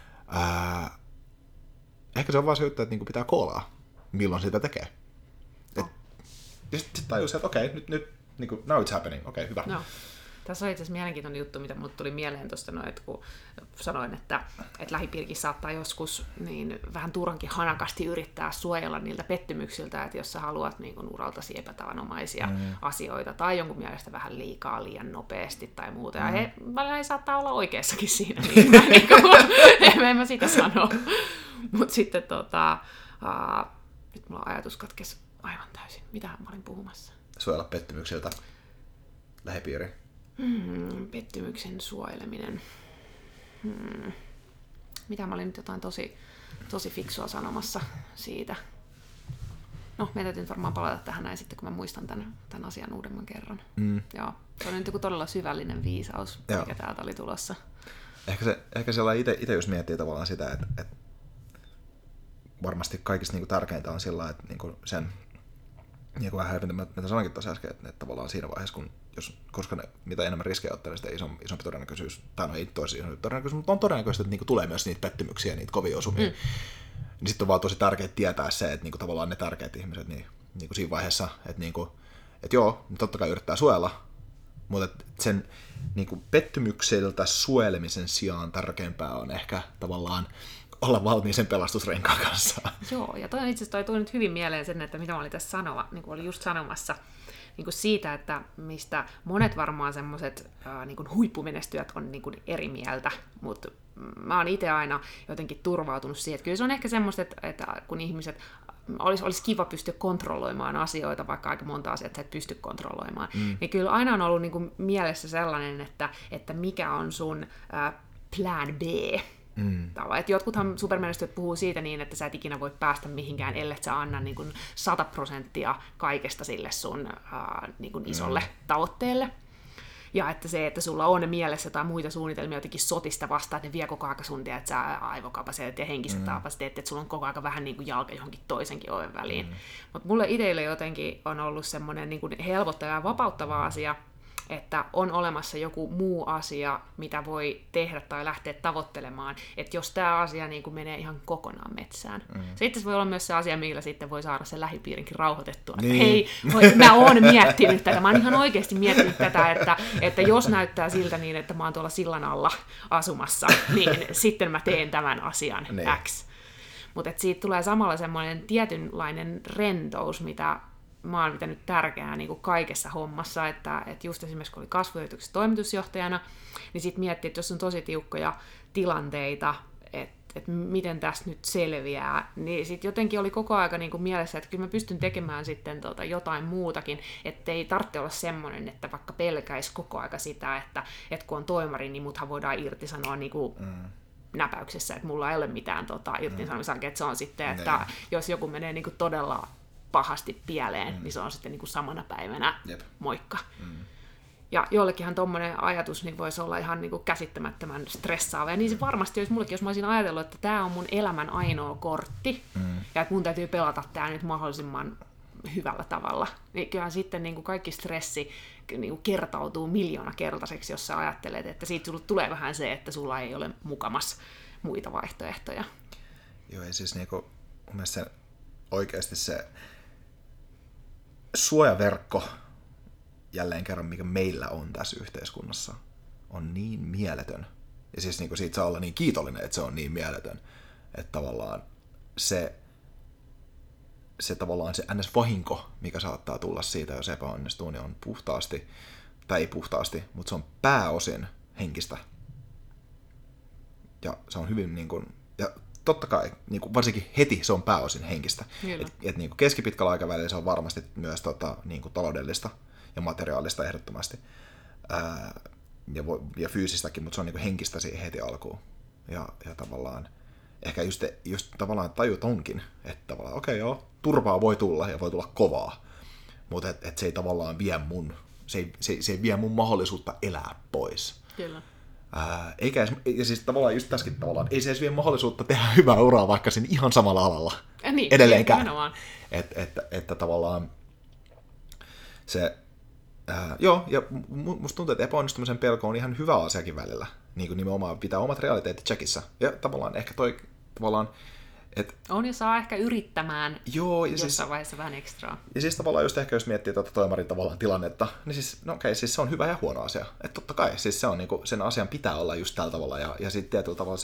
Ehkä se on vaan se juttu, että niin kuin pitää koolaa, milloin sitä tekee. Ja sitten tajusin, että okei, nyt niin kuin, now it's happening. Okei, hyvä. No. Tässä on itse asiassa mielenkiintoinen juttu, mitä mulle tuli mieleen tuosta, että kun sanoin, että lähipiirikin saattaa joskus niin vähän turhankin hanakasti yrittää suojella niiltä pettymyksiltä, että jos sä haluat niin kun uraltasi epätavanomaisia asioita tai jonkun mielestä vähän liikaa, liian nopeasti tai muuta. Ja he saattaa olla oikeassakin siinä, en mä sitä sano. Mutta sitten nyt mulla on ajatus katkesi aivan täysin. Mitähän mä olin puhumassa? Suojella pettymyksiltä lähipiiri. Pettymyksen suojeleminen. Mitä mä olin nyt jotain tosi fiksua sanomassa siitä. No, meidän täytyy nyt varmaan palata tähän näin sitten, kun mä muistan tämän asian uudemman kerran. Joo, se on nyt joku todella syvällinen viisaus, mikä täältä oli tulossa. Ehkä sellainen itse jos miettii tavallaan sitä, että varmasti kaikista niin kuin tärkeintä on sillä, että niin kuin sen niin kuin vähän mitä sanoinkin tuossa äsken, että tavallaan siinä vaiheessa, koska mitä enemmän riskejä ottaa, niin sitä isompi todennäköisyys, tai no ei tosi isompi todennäköisyys, mutta on todennäköistä, että niinku tulee myös niitä pettymyksiä, niitä kovia osumia. Niin sitten on vaan tosi tärkeää tietää se, että niinku tavallaan ne tärkeät ihmiset niinku siinä vaiheessa, että joo, totta kai yrittää suojella, mutta sen niinku pettymykseltä suojelemisen sijaan tärkeämpää on ehkä tavallaan olla valmiin sen pelastusrenkaan kanssa. Joo, ja toi itse asiassa toi nyt hyvin mieleen sen, että mitä mä olin tässä niin kuin olin just sanomassa, niin kuin siitä, että mistä monet varmaan semmoiset niin huippumenestyjät on niin kuin eri mieltä, mutta mä oon itse aina jotenkin turvautunut siihen, että kyllä se on ehkä semmoista, että kun ihmiset olisi kiva pystyä kontrolloimaan asioita, vaikka aika monta asiaa sä et pysty kontrolloimaan, niin kyllä aina on ollut niin kuin mielessä sellainen, että mikä on sun plan B. Että jotkuthan supermenestyjät puhuu siitä niin, että sä et ikinä voi päästä mihinkään, ellei sä anna niin kuin 100% kaikesta sille sun niin kuin isolle tavoitteelle. Ja että se, että sulla on mielessä tai muita suunnitelmia jotenkin sotista vastaan, että ne vie koko aika sun sä aivokapasiteetti ja henkistä kapasiteettia, että sulla on koko aika vähän niin kuin jalka johonkin toisenkin oven väliin. Mutta mulle itselle jotenkin on ollut semmoinen niin kuin helpottava ja vapauttava asia, että on olemassa joku muu asia, mitä voi tehdä tai lähteä tavoittelemaan, että jos tämä asia niin kuin menee ihan kokonaan metsään. Se itse voi olla myös se asia, millä sitten voi saada sen lähipiirinkin rauhoitettua. Niin. Hei, mä oon miettinyt tätä, mä oon ihan oikeasti miettinyt tätä, että jos näyttää siltä niin, että mä oon tuolla sillan alla asumassa, niin sitten mä teen tämän asian X. Mutta siitä tulee samalla semmoinen tietynlainen rentous, mitä mä oon pitänyt tärkeää niin kuin kaikessa hommassa, että just esimerkiksi kun oli kasvuyrityksessä toimitusjohtajana, niin sitten miettii, että jos on tosi tiukkoja tilanteita, että miten tästä nyt selviää, niin sitten jotenkin oli koko aika niin kuin mielessä, että kyllä mä pystyn tekemään sitten jotain muutakin, ettei tarvitse olla semmoinen, että vaikka pelkäisi koko aika sitä, että kun on toimari, niin muthan voidaan irtisanoa niin kuin näpäyksessä, että mulla ei ole mitään irtisanomisarkea, että se on sitten, että jos joku menee niin kuin todella pahasti pieleen, niin se on sitten niin kuin samana päivänä moikka. Ja jollekinhan tommoinen ajatus niin voisi olla ihan niin kuin käsittämättömän stressaava. Ja niin se varmasti olisi mullekin, jos mä olisin ajatellut, että tämä on mun elämän ainoa kortti, ja että mun täytyy pelata tämä nyt mahdollisimman hyvällä tavalla, niin kyllähän sitten niin kuin kaikki stressi niin kuin kertautuu miljoonakertaiseksi, jos sä ajattelet, että siitä sulle tulee vähän se, että sulla ei ole mukamas muita vaihtoehtoja. Joo, ja siis niinku, mun mielestä se, oikeasti se suojaverkko, jälleen kerran, mikä meillä on tässä yhteiskunnassa, on niin mieletön. Ja siis niinku siitä saa olla niin kiitollinen, että se on niin mieletön, että tavallaan se tavallaan se NS-vahinko, mikä saattaa tulla siitä, jos epäonnistuu, niin on puhtaasti, tai ei puhtaasti, mutta se on pääosin henkistä. Ja se on hyvin niin kuin, ja totta kai, niin kuin varsinkin heti se on pääosin henkistä. Et niin kuin keskipitkällä aikavälillä se on varmasti myös niin kuin taloudellista ja materiaalista ehdottomasti. Ja fyysistäkin, mutta se on niin kuin henkistä siihen heti alkuun. Ja tavallaan ehkä just tavallaan tajut onkin, että tavallaan okei, joo, turvaa voi tulla ja voi tulla kovaa, mutta et se ei tavallaan vie se ei vie mun mahdollisuutta elää pois. Kyllä. Eikä edes, ja siis tavallaan just tässäkin tavallaan, ei se edes vie mahdollisuutta tehdä hyvää uraa vaikka siinä ihan samalla alalla edelleenkään. Että tavallaan se, joo, ja musta tuntuu, että epäonnistumisen pelko on ihan hyvä asiakin välillä. Niin kuin nimenomaan pitää omat realiteetit checkissä. Ja tavallaan ehkä on ja saa ehkä yrittämään jossain vaiheessa vähän ekstraa. Ja siis tavallaan just ehkä jos miettii toimarin tavallaan tilannetta, niin siis, no okei, siis se on hyvä ja huono asia. Että totta kai, siis se on niinku, sen asian pitää olla just tällä tavalla. Ja sitten tietyllä tavalla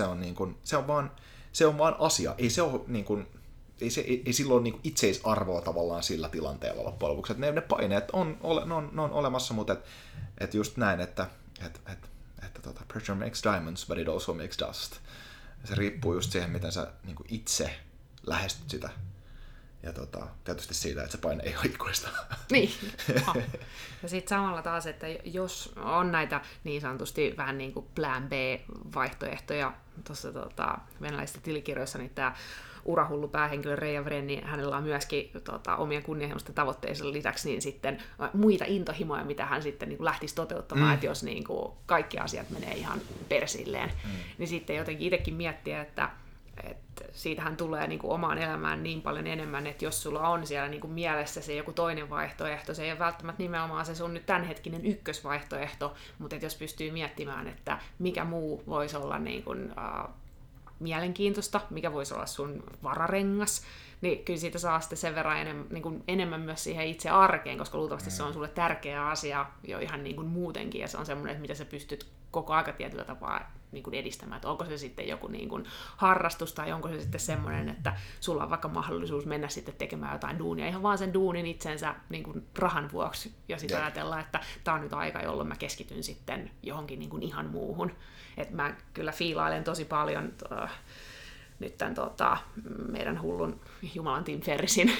se on vaan asia. Ei se ole niinku, ei sillä ole niinku itseisarvoa tavallaan sillä tilanteella loppujen lopuksi. Ne paineet on olemassa, mutta et just näin, että pressure makes diamonds, but it also makes dust. Se riippuu just siihen, miten sä niin kuin itse lähestyt sitä. Ja tietysti siitä, että se paine ei ole ikuista. Niin. Ja sitten samalla taas, että jos on näitä niin sanotusti vähän niin kuin plan B-vaihtoehtoja, tuossa venäläisissä tilikirjoissa, niin tämä urahullu päähenkilö Reija Vrenni, hänellä on myöskin omien kunnianhimoisten tavoitteensa lisäksi niin sitten muita intohimoja, mitä hän sitten niin kuin lähtisi toteuttamaan, että jos niin kuin kaikki asiat menee ihan persilleen, niin sitten jotenkin itsekin miettiä, että siitähän tulee niin kuin omaan elämään niin paljon enemmän, että jos sulla on siellä niin kuin mielessä se joku toinen vaihtoehto, se ei ole välttämättä nimenomaan se sun nyt tämänhetkinen ykkösvaihtoehto, mutta että jos pystyy miettimään, että mikä muu voisi olla niin kuin, mielenkiintoista, mikä voisi olla sun vararengas, niin kyllä siitä saa sitten sen verran enemmän myös siihen itse arkeen, koska luultavasti se on sulle tärkeä asia jo ihan niin kuin muutenkin, ja se on semmoinen, että mitä sä pystyt koko aika tietyllä tapaa niin kuin edistämään, että onko se sitten joku niin kuin harrastus, tai onko se sitten semmoinen, että sulla on vaikka mahdollisuus mennä sitten tekemään jotain duunia, ihan vaan sen duunin itsensä niin kuin rahan vuoksi, ja sitten ajatella, että tämä on nyt aika, jolloin mä keskityn sitten johonkin niin kuin ihan muuhun. Että mä kyllä fiilailen tosi paljon nyt tämän meidän hullun Jumalan Tim Ferrisin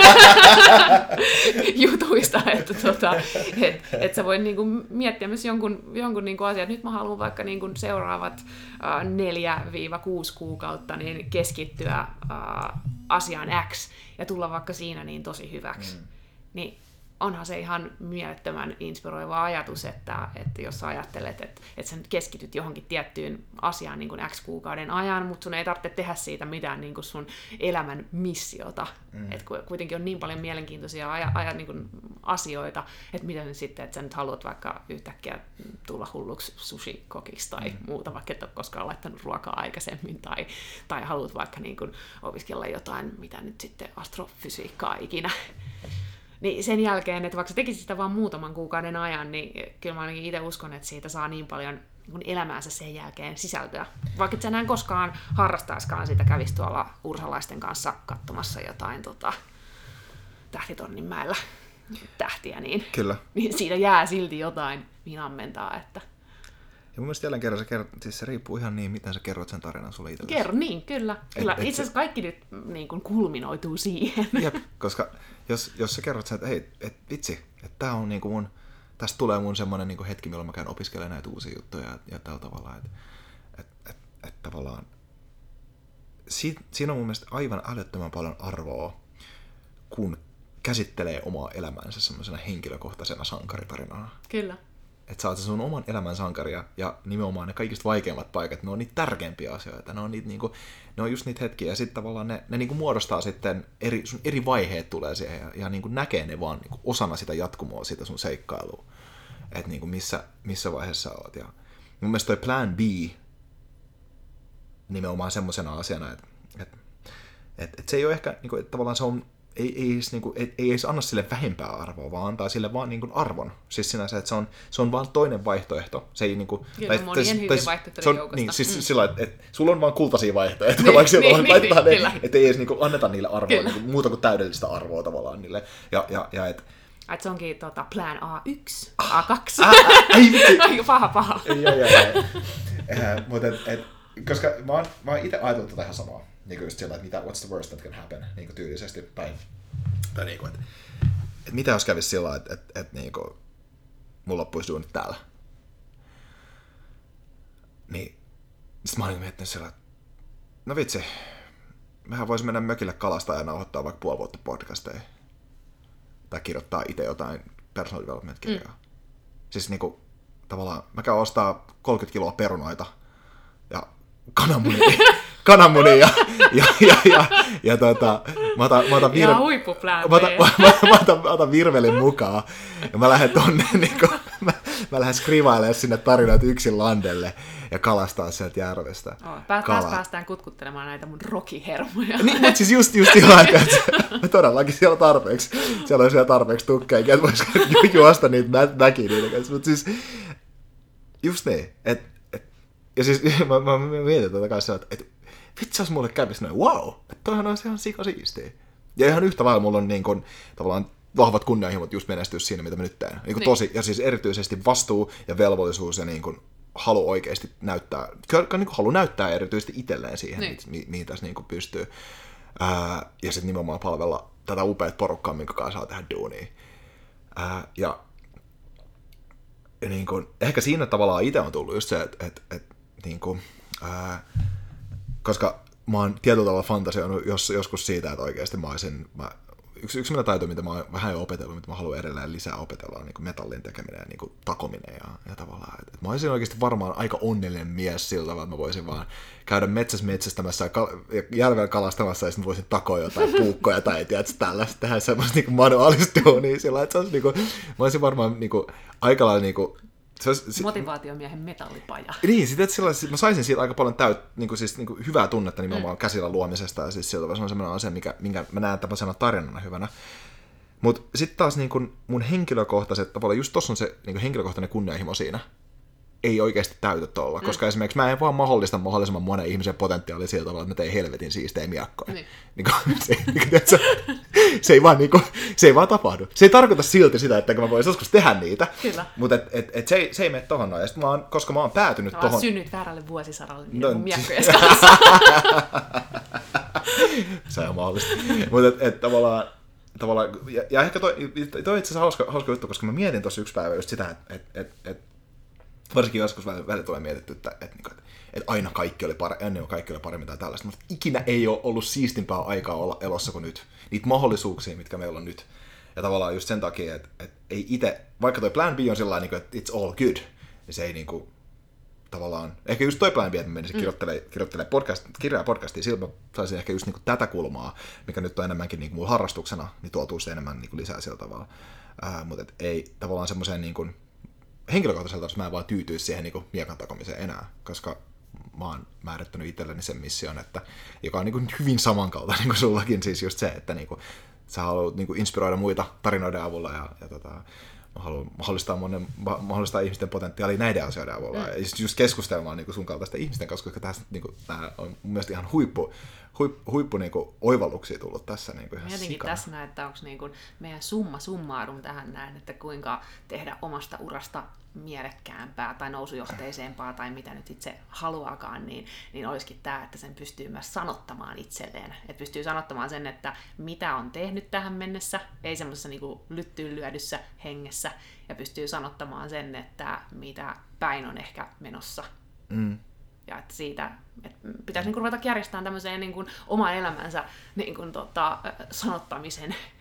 jutuista, että et sä voit niinku miettiä myös jonkun niinku asian, että nyt mä haluan vaikka niinku seuraavat 4-6 kuukautta niin keskittyä asiaan X ja tulla vaikka siinä niin tosi hyväksi. Niin onhan se ihan mielettömän inspiroiva ajatus, että jos sä ajattelet, että sä nyt keskityt johonkin tiettyyn asiaan niin kuin X kuukauden ajan, mutta sun ei tarvitse tehdä siitä mitään niin kuin sun elämän missiota. Että kuitenkin on niin paljon mielenkiintoisia niin kuin asioita, että miten sitten, että sä nyt haluat vaikka yhtäkkiä tulla hulluksi sushi-kokiksi tai muuta, vaikka et ole koskaan laittanut ruokaa aikaisemmin, tai haluat vaikka niin kuin opiskella jotain, mitä nyt sitten astrofysiikkaa ikinä. Niin sen jälkeen, että vaikka sä tekisit sitä vaan muutaman kuukauden ajan, niin kyllä mä ainakin itse uskon, että siitä saa niin paljon elämäänsä sen jälkeen sisältöä. Vaikka et sä enää koskaan harrastaiskaan sitä, kävisi tuolla ursalaisten kanssa katsomassa jotain Tähtitorninmäellä tähtiä, niin, kyllä. Niin siitä jää silti jotain, mihin ammentaa. Että... Ja mun mielestä jälleen kerran siis se riippuu ihan niin, miten sä kerrot sen tarinan sulle itsellesi. Kerro, niin, kyllä. Itse asiassa kaikki nyt niin kuin kulminoituu siihen. Jep, koska jos sä kerrot sen, että hei, vitsi, että tää on niinku tästä tulee mun semmoinen niinku hetki, milloin mä käyn opiskelemaan näitä uusia juttuja ja tällä tavalla, että tavallaan siinä on mun mielestä aivan älyttömän paljon arvoa, kun käsittelee omaa elämäänsä semmoisena henkilökohtaisena sankaritarinana. Kyllä. että sä oot se sun oman elämän sankaria, ja nimenomaan ne kaikista vaikeimmat paikat, ne on niitä tärkeimpiä asioita, ne on, niitä, niinku, ne on just niitä hetkiä, ja sitten tavallaan ne niinku muodostaa sitten, sun eri vaiheet tulee siihen, ja niinku näkee ne vaan niinku osana sitä jatkumoa, sitä sun seikkailua, että niinku missä vaiheessa oot. Ja mun mielestä toi Plan B nimenomaan semmosena asiana, että se ei ole ehkä, niinku, että tavallaan se on, ei edes anna sille vähempää arvoa, vaan antaa sille vaan niin kuin arvon. Siis sinänsä, että se on vaan toinen vaihtoehto. Se ei niinku... Kyllä, monien hyvin vaihtoehtojen joukosta. Niin, siis sillä että sulla on vaan kultaisia vaihtoehtoja, vaikka silloin laittaa ne, että ei edes niinku anneta niille arvoa, niinku, muuta kuin täydellistä arvoa tavallaan niille. Ja että se onkin plan A1, A2. Ei vitsi! Paha. Mutta koska mä oon itse ajatellut tätä ihan samaa. Niin just sillä, että what's the worst that can happen, niin tyylisesti. Tai niin kuin, että mitä jos kävisi sillä, että niin kuin, mun loppuisi duunit täällä. Niin, sit mä olin miettinyt sillä, että no vitsi, mehän vois mennä mökille kalastaa ja nauhoittaa vaikka puoli vuotta podcasteja. Tai kirjoittaa itse jotain personal development-kirjaa. Siis niinku, tavallaan, mä käyn ostaa 30 kiloa perunoita ja kananmunia ja mä otan virvelin mukaan ja mä lähden tonne niinku, mä lähden skrivailemaan sinne tarinoita yksin landelle ja kalastaa sieltä järvestä. Päästään kutkuttelemaan näitä mun rokihermoja. Niin, mutta siis just ihan, että todellakin siellä on tarpeeksi tukkeja, että vois juosta niitä mäkiä niitä kanssa, mutta siis just niin, ja siis mä mietin tätä kanssa, että vitsi, jos mulle kävisi noin, wow, että toihan olisi ihan sikasiistiä. Ja ihan yhtä lailla mulla on niin kuin, tavallaan vahvat kunnianhimot just menestyä siinä, mitä mä nyt teen. Niin kuin tosi, ja siis erityisesti vastuu ja velvollisuus ja niin kuin halu oikeasti näyttää, niin kuin halu näyttää erityisesti itselleen siihen, mihin tässä niin kuin pystyy. Ja sitten nimenomaan palvella tätä upeat porukkaa, minkä kanssa saa tehdä duunia. Ja niin kuin, ehkä siinä tavallaan itse on tullut just se, että niin kuin, koska mä oon tietyllä tavalla fantasioinut joskus siitä, että oikeasti yksi taito, mitä mä oon vähän jo opetellut, mitä mä haluan edelleen lisää opetella, on niin kuin metallin tekeminen ja niin kuin takominen ja tavallaan. Että mä olisin oikeasti varmaan aika onnellinen mies sillä tavalla, että mä voisin vaan käydä metsästämässä ja järvellä kalastamassa ja sitten voisin takoa jotain puukkoja tai tällaista, tehdä semmoista niin manuaalista duunia sillä, että se olisi niin kuin, mä olisin varmaan niin kuin, aika lailla niin kuin, motivaatiomiehen metallipaja. Niin, mä saisin siitä aika paljon hyvää tunnetta nimenomaan käsillä luomisesta, ja siis sieltä se on sellainen asia, minkä mä näen tämmöisenä tarinana hyvänä. Mutta sitten taas niin kun mun henkilökohtaiset, tavallaan just tossa on se niin henkilökohtainen kunnianhimo siinä, ei oikeasti täytä tuolla, koska esimerkiksi mä en vaan mahdollista mahdollisimman monen ihmisen potentiaalia sillä tavalla, että mä tein helvetin siistejä miakkoja. Se ei vaan tapahdu. Se ei tarkoita silti sitä, että mä voisin joskus tehdä niitä, mutta se ei mene tohon noin. Ja sit koska mä oon päätynyt tohon... synnyt väärälle vuosisadalle mun miakkojen kanssa. Se on mahdollista. Mutta tavallaan, ja ehkä toi on itse asiassa hauska juttu, koska mä mietin tossa yksi päivä just sitä, että varsinkin joskus välillä tulee mietitty, että aina kaikki oli paremmin tai tällaista, mutta ikinä ei ole ollut siistimpää aikaa olla elossa kuin nyt. Niitä mahdollisuuksia, mitkä meillä on nyt. Ja tavallaan just sen takia, että ei itse, vaikka toi Plan B on sellainen, että it's all good, niin se ei niinku tavallaan, ehkä just toi Plan B, että mä menisin kirjoittelemaan kirjaa podcastia, silloin mä saisin ehkä just niinku tätä kulmaa, mikä nyt on enemmänkin niinku mulla harrastuksena, niin tuotuu se enemmän niinku lisää sillä tavalla. Mutta ei tavallaan semmoiseen niinku henkilökohtaisella tasolla mä en vaan tyytyisi siihen niin miekan takomiseen enää, koska mä oon määrittänyt itselleni sen mission, joka on niin hyvin samankaltainen kuin sullakin, siis just se, että niin kuin, sä haluat niin inspiroida muita tarinoiden avulla ja mä haluan mahdollistaa ihmisten potentiaalia näiden asioiden avulla ja just keskustelemaan niin sun kaltaisten ihmisten kanssa, koska tästä niin nämä on mun mielestä ihan huippu niin oivalluksia tullut tässä. Niin ihan jotenkin sikana. Tässä näin, että onko niin meidän summa summarum tähän näin, että kuinka tehdä omasta urasta mielekkäämpää tai nousujohteisempaa tai mitä nyt itse haluaakaan, niin olisikin tämä, että sen pystyy myös sanottamaan itselleen. Että pystyy sanottamaan sen, että mitä on tehnyt tähän mennessä, ei semmoisessa niin lyttyyn lyödyssä hengessä, ja pystyy sanottamaan sen, että mitä päin on ehkä menossa. Ja että siitä että pitäisi ruveta järjestämään tämmöiseen oman elämänsä sanottamisen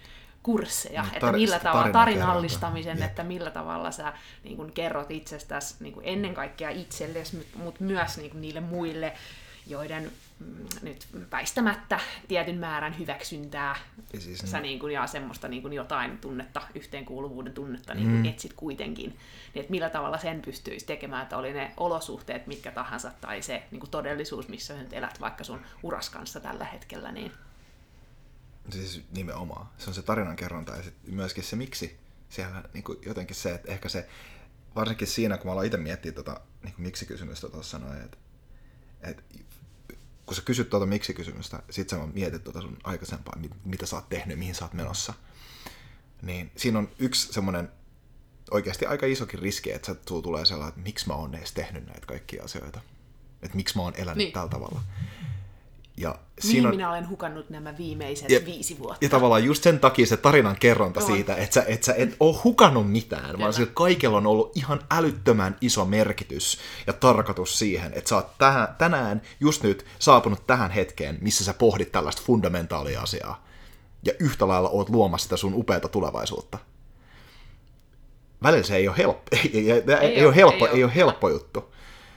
kursseja, Niin, että millä tavalla tarinallistamisen, Jep. että millä tavalla sä niin kun kerrot itsestäsi niin kun ennen kaikkea itsellesi, mutta myös niin kun niille muille, joiden nyt väistämättä tietyn määrän hyväksyntää Ja siis, sä niin kun, ja semmoista niin kun jotain tunnetta, yhteenkuuluvuuden tunnetta niin kun etsit kuitenkin. Niin, että millä tavalla sen pystyisi tekemään, että oli ne olosuhteet mitkä tahansa tai se niin kun todellisuus, missä sä nyt elät vaikka sun uras kanssa tällä hetkellä. Niin. Siis nimenomaan. Se on se tarinankerronta ja sitten myöskin se miksi. Siellä niin kuin jotenkin se, että ehkä se, varsinkin siinä, kun mä aloin itse miettimään niin miksi-kysymystä tuossa noin, että kun sä kysyt miksi-kysymystä, sit sä mietit sun aikaisempaa, mitä sä oot tehnyt, mihin sä oot menossa, niin siinä on yksi semmoinen oikeasti aika isokin riski, että sulla tulee sellainen, että miksi mä oon edes tehnyt näitä kaikkia asioita. Että miksi mä oon elänyt tällä tavalla. Ja mihin minä olen hukannut nämä viimeiset 5 vuotta. Ja tavallaan just sen takia se tarinan kerronta siitä, että sä et ole hukannut mitään, vaan sillä kaikella on ollut ihan älyttömän iso merkitys ja tarkoitus siihen, että sä oot tänään just nyt saapunut tähän hetkeen, missä sä pohdit tällaista fundamentaalia asiaa. Ja yhtä lailla oot luomassa sitä sun upeata tulevaisuutta. Välillä se ei ole helppo, ei ole helppo juttu.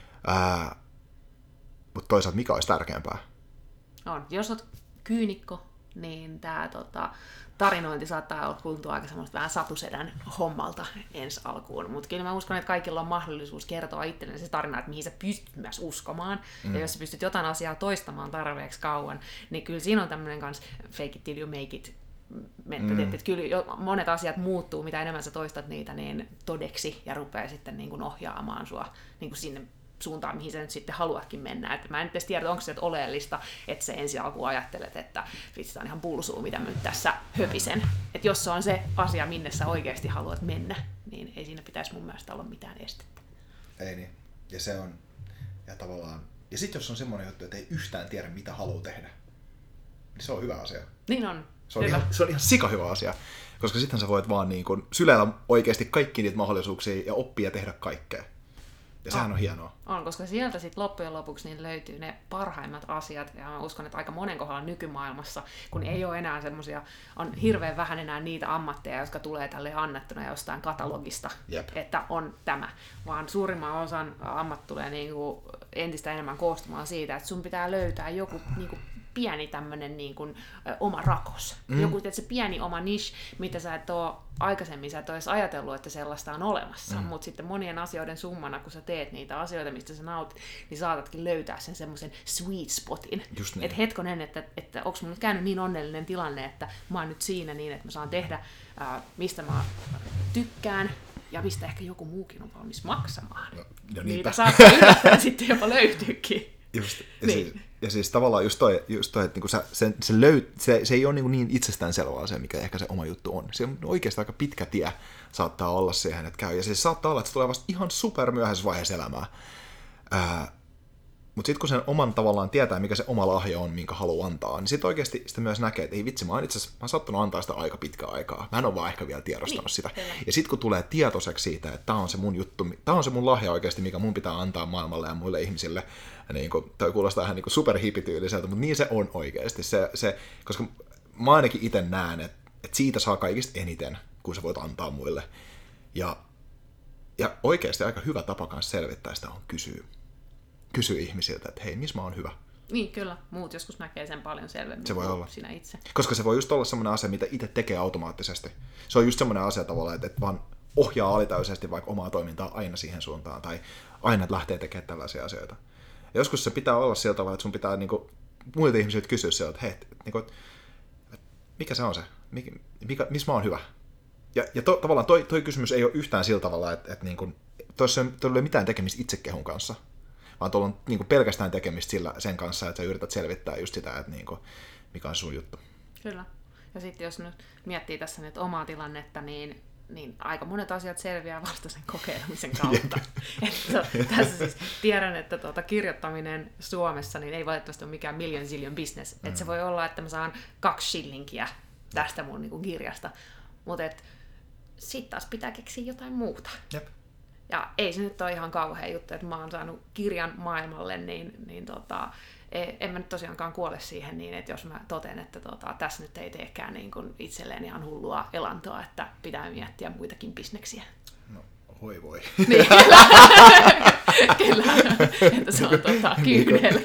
Mutta toisaalta mikä olisi tärkeämpää? On. Jos olet kyynikko, niin tämä tarinointi saattaa tuntua aika semmoista vähän satusedän hommalta ensi alkuun. Mutta kyllä mä uskon, että kaikilla on mahdollisuus kertoa itselleen se tarina, että mihin sä pystyt myös uskomaan. Ja jos sä pystyt jotain asiaa toistamaan tarpeeksi kauan, niin kyllä siinä on tämmöinen kanssa fake it till you make it mentaliteetti. Että kyllä monet asiat muuttuu, mitä enemmän sä toistat niitä niin todeksi ja rupeaa sitten niin kuin ohjaamaan sua niin kuin sinne suuntaan, mihin sä nyt sitten haluatkin mennä. Että mä en edes tiedä, onko se oleellista, että sä ensi alkuun ajattelet, että vitsi, on ihan pulsuu, mitä mä nyt tässä höpisen. Että jos se on se asia, minne sä oikeasti haluat mennä, niin ei siinä pitäisi mun mielestä olla mitään estettä. Ei niin. Ja se on, ja tavallaan, ja sit jos on semmoinen juttu, että ei yhtään tiedä, mitä haluaa tehdä, niin se on hyvä asia. Niin on. Se on ihan sika hyvä asia, koska sitten sä voit vaan niin kuin syleillä oikeasti kaikki niitä mahdollisuuksia ja oppia tehdä kaikkea. Ja sehän on hienoa. On, koska sieltä sitten loppujen lopuksi niin löytyy ne parhaimmat asiat, ja mä uskon, että aika monen kohdalla nykymaailmassa, kun ei ole enää semmoisia, on hirveän vähän enää niitä ammatteja, jotka tulee tälle annettuna jostain katalogista, että on tämä, vaan suurimman osan ammat tulee niinku entistä enemmän koostumaan siitä, että sun pitää löytää joku niinku pieni tämmöinen niin kuin, oma rakos. Joku että se pieni oma niche, mitä sä et ole aikaisemmin, sä et ole edes ajatellut, että sellaista on olemassa. Mutta sitten monien asioiden summana, kun sä teet niitä asioita, mistä sä nautit, niin saatatkin löytää sen semmoisen sweet spotin. Että hetkonen, että onko mun nyt käynyt niin onnellinen tilanne, että mä oon nyt siinä niin, että mä saan tehdä, mistä mä tykkään, ja mistä ehkä joku muukin on valmis maksamaan. No, niitä saattaa yllättäen sitten jopa löytyykin. Just, ja siis tavallaan just toi että niinku se ei ole niin itsestäänselvä asia, mikä ehkä se oma juttu on. Se on oikeastaan aika pitkä tie saattaa olla siihen, että käy. Ja siis saattaa olla, että se tulee vasta ihan super myöhäisessä vaiheessa elämää. Mutta sitten kun sen oman tavallaan tietää, mikä se oma lahja on, minkä haluaa antaa, niin sitten oikeasti sitä myös näkee, että ei vitsi, mä oon sattunut antaa sitä aika pitkää aikaa. Mä en ole vaan ehkä vielä tiedostanut sitä. Ja sitten kun tulee tietoiseksi siitä, että tämä on se mun juttu, tämä on se mun lahja oikeasti, mikä mun pitää antaa maailmalle ja muille ihmisille, niin toi kuulostaa ihan niin superhipityyliseltä, mutta niin se on oikeasti. Koska mä ainakin itse näen, että siitä saa kaikista eniten, kun sä voit antaa muille. Ja oikeasti aika hyvä tapa kanssa selvittää sitä on kysyä ihmisiltä, että hei, missä mä oon hyvä? Niin, kyllä. Muut joskus näkee sen paljon selvemmin se voi olla. Sinä itse. Koska se voi just olla semmoinen asia, mitä itse tekee automaattisesti. Se on just semmoinen asia tavallaan, että vaan ohjaa alitäisesti vaikka omaa toimintaa aina siihen suuntaan, tai aina lähtee tekemään tällaisia asioita. Ja joskus se pitää olla sillä tavalla, että sun pitää niinku muilta ihmisiltä kysyä sieltä, että hei, niinku, mikä se on se? Missä mä oon hyvä? Ja tavallaan toi kysymys ei ole yhtään sillä tavalla, että niinku, tuossa ei ole mitään tekemistä itsekehun kanssa, vaan tuolla on niinku pelkästään tekemistä sen kanssa, että sä yrität selvittää just sitä, että niinku, mikä on sun juttu. Kyllä. Ja sitten jos nyt miettii tässä nyt omaa tilannetta, niin aika monet asiat selviää vasta sen kokeilemisen kautta. Tässä siis tiedän, että kirjoittaminen Suomessa niin ei valitettavasti ole mikään million zillion business. Että se voi olla, että mä saan 2 shillingiä tästä mun niin kuin kirjasta. Mutta sitten taas pitää keksiä jotain muuta. Jep. Ja ei se nyt ole ihan kauhea juttu, että mä oon saanut kirjan maailmalle, niin en mä nyt tosiaankaan kuole siihen niin, että jos mä toten, että tässä nyt ei teekään niin kuin itselleen ihan hullua elantoa, että pitää miettiä muitakin bisneksiä. No, voi. Niin, kyllä, että se on kyynel.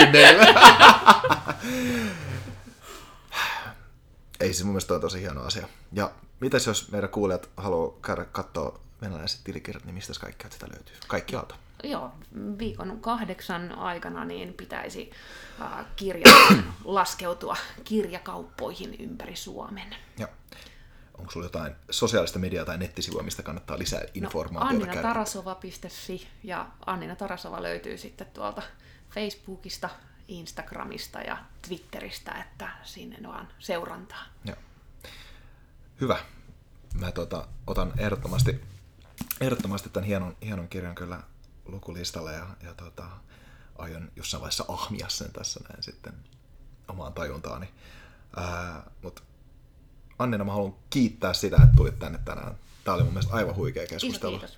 Ei, se mun mielestä on tosi hieno asia. Ja mitäs jos meidän kuulijat haluaa käydä katsoa venäläiset tilikirjat, niin mistä kaikkea sitä löytyy? Kaikki alta. Joo, viikon 8 aikana niin pitäisi laskeutua kirjakauppoihin ympäri Suomen. Joo. Onko sulla jotain sosiaalista mediaa tai nettisivua, mistä kannattaa lisää informaatiota käydä? Anninatarasova.fi ja Annina Tarasova löytyy sitten tuolta Facebookista, Instagramista ja Twitteristä, että sinne vaan seurantaa. Joo. Hyvä. Mä otan ehdottomasti tämän hienon kirjan kyllä lukulistalle ja aion jossain vaiheessa ahmia sen tässä näin sitten omaan tajuntaani. Mutta Annina, mä haluan kiittää sitä, että tulit tänne tänään. Tää oli mun mielestä aivan huikea keskustelu. Kiitos.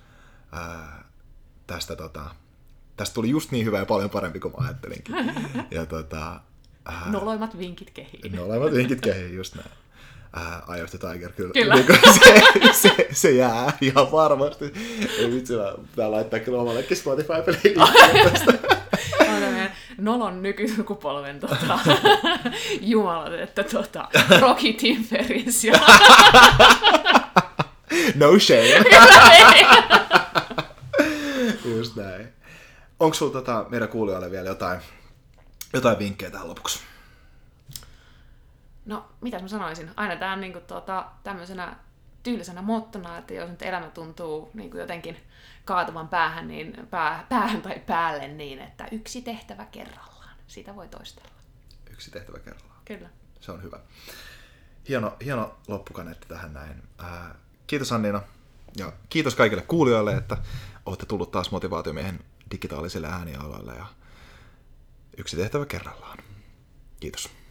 Tästä tuli just niin hyvä ja paljon parempi kuin mä ajattelinkin. Ja noloimmat vinkit kehiin. Noloimmat vinkit kehiin, just näin. Eye of the Tiger, Kyllä. Se jää ihan varmasti. Ei vitsi, pitää laittaa kyllä omallekin Spotify-peliin. On tämmöinen nolon nykysukupolven jumalat, että Rocky Timferis ja... No shame. Just näin. Onko sulla meidän kuulijoille vielä jotain vinkkejä tähän lopuksi? No, mitäs mä sanoisin? Aina tää on niinku tämmöisenä tyylisenä mottona, että jos nyt elämä tuntuu niinku jotenkin kaatuvan päähän tai päälle niin, että yksi tehtävä kerrallaan. Sitä voi toistella. Yksi tehtävä kerrallaan. Kyllä. Se on hyvä. Hieno loppukaneetti tähän näin. Kiitos Annina ja kiitos kaikille kuulijoille, että olette tullut taas Motivaatiomiehen digitaalisille äänialoille ja yksi tehtävä kerrallaan. Kiitos.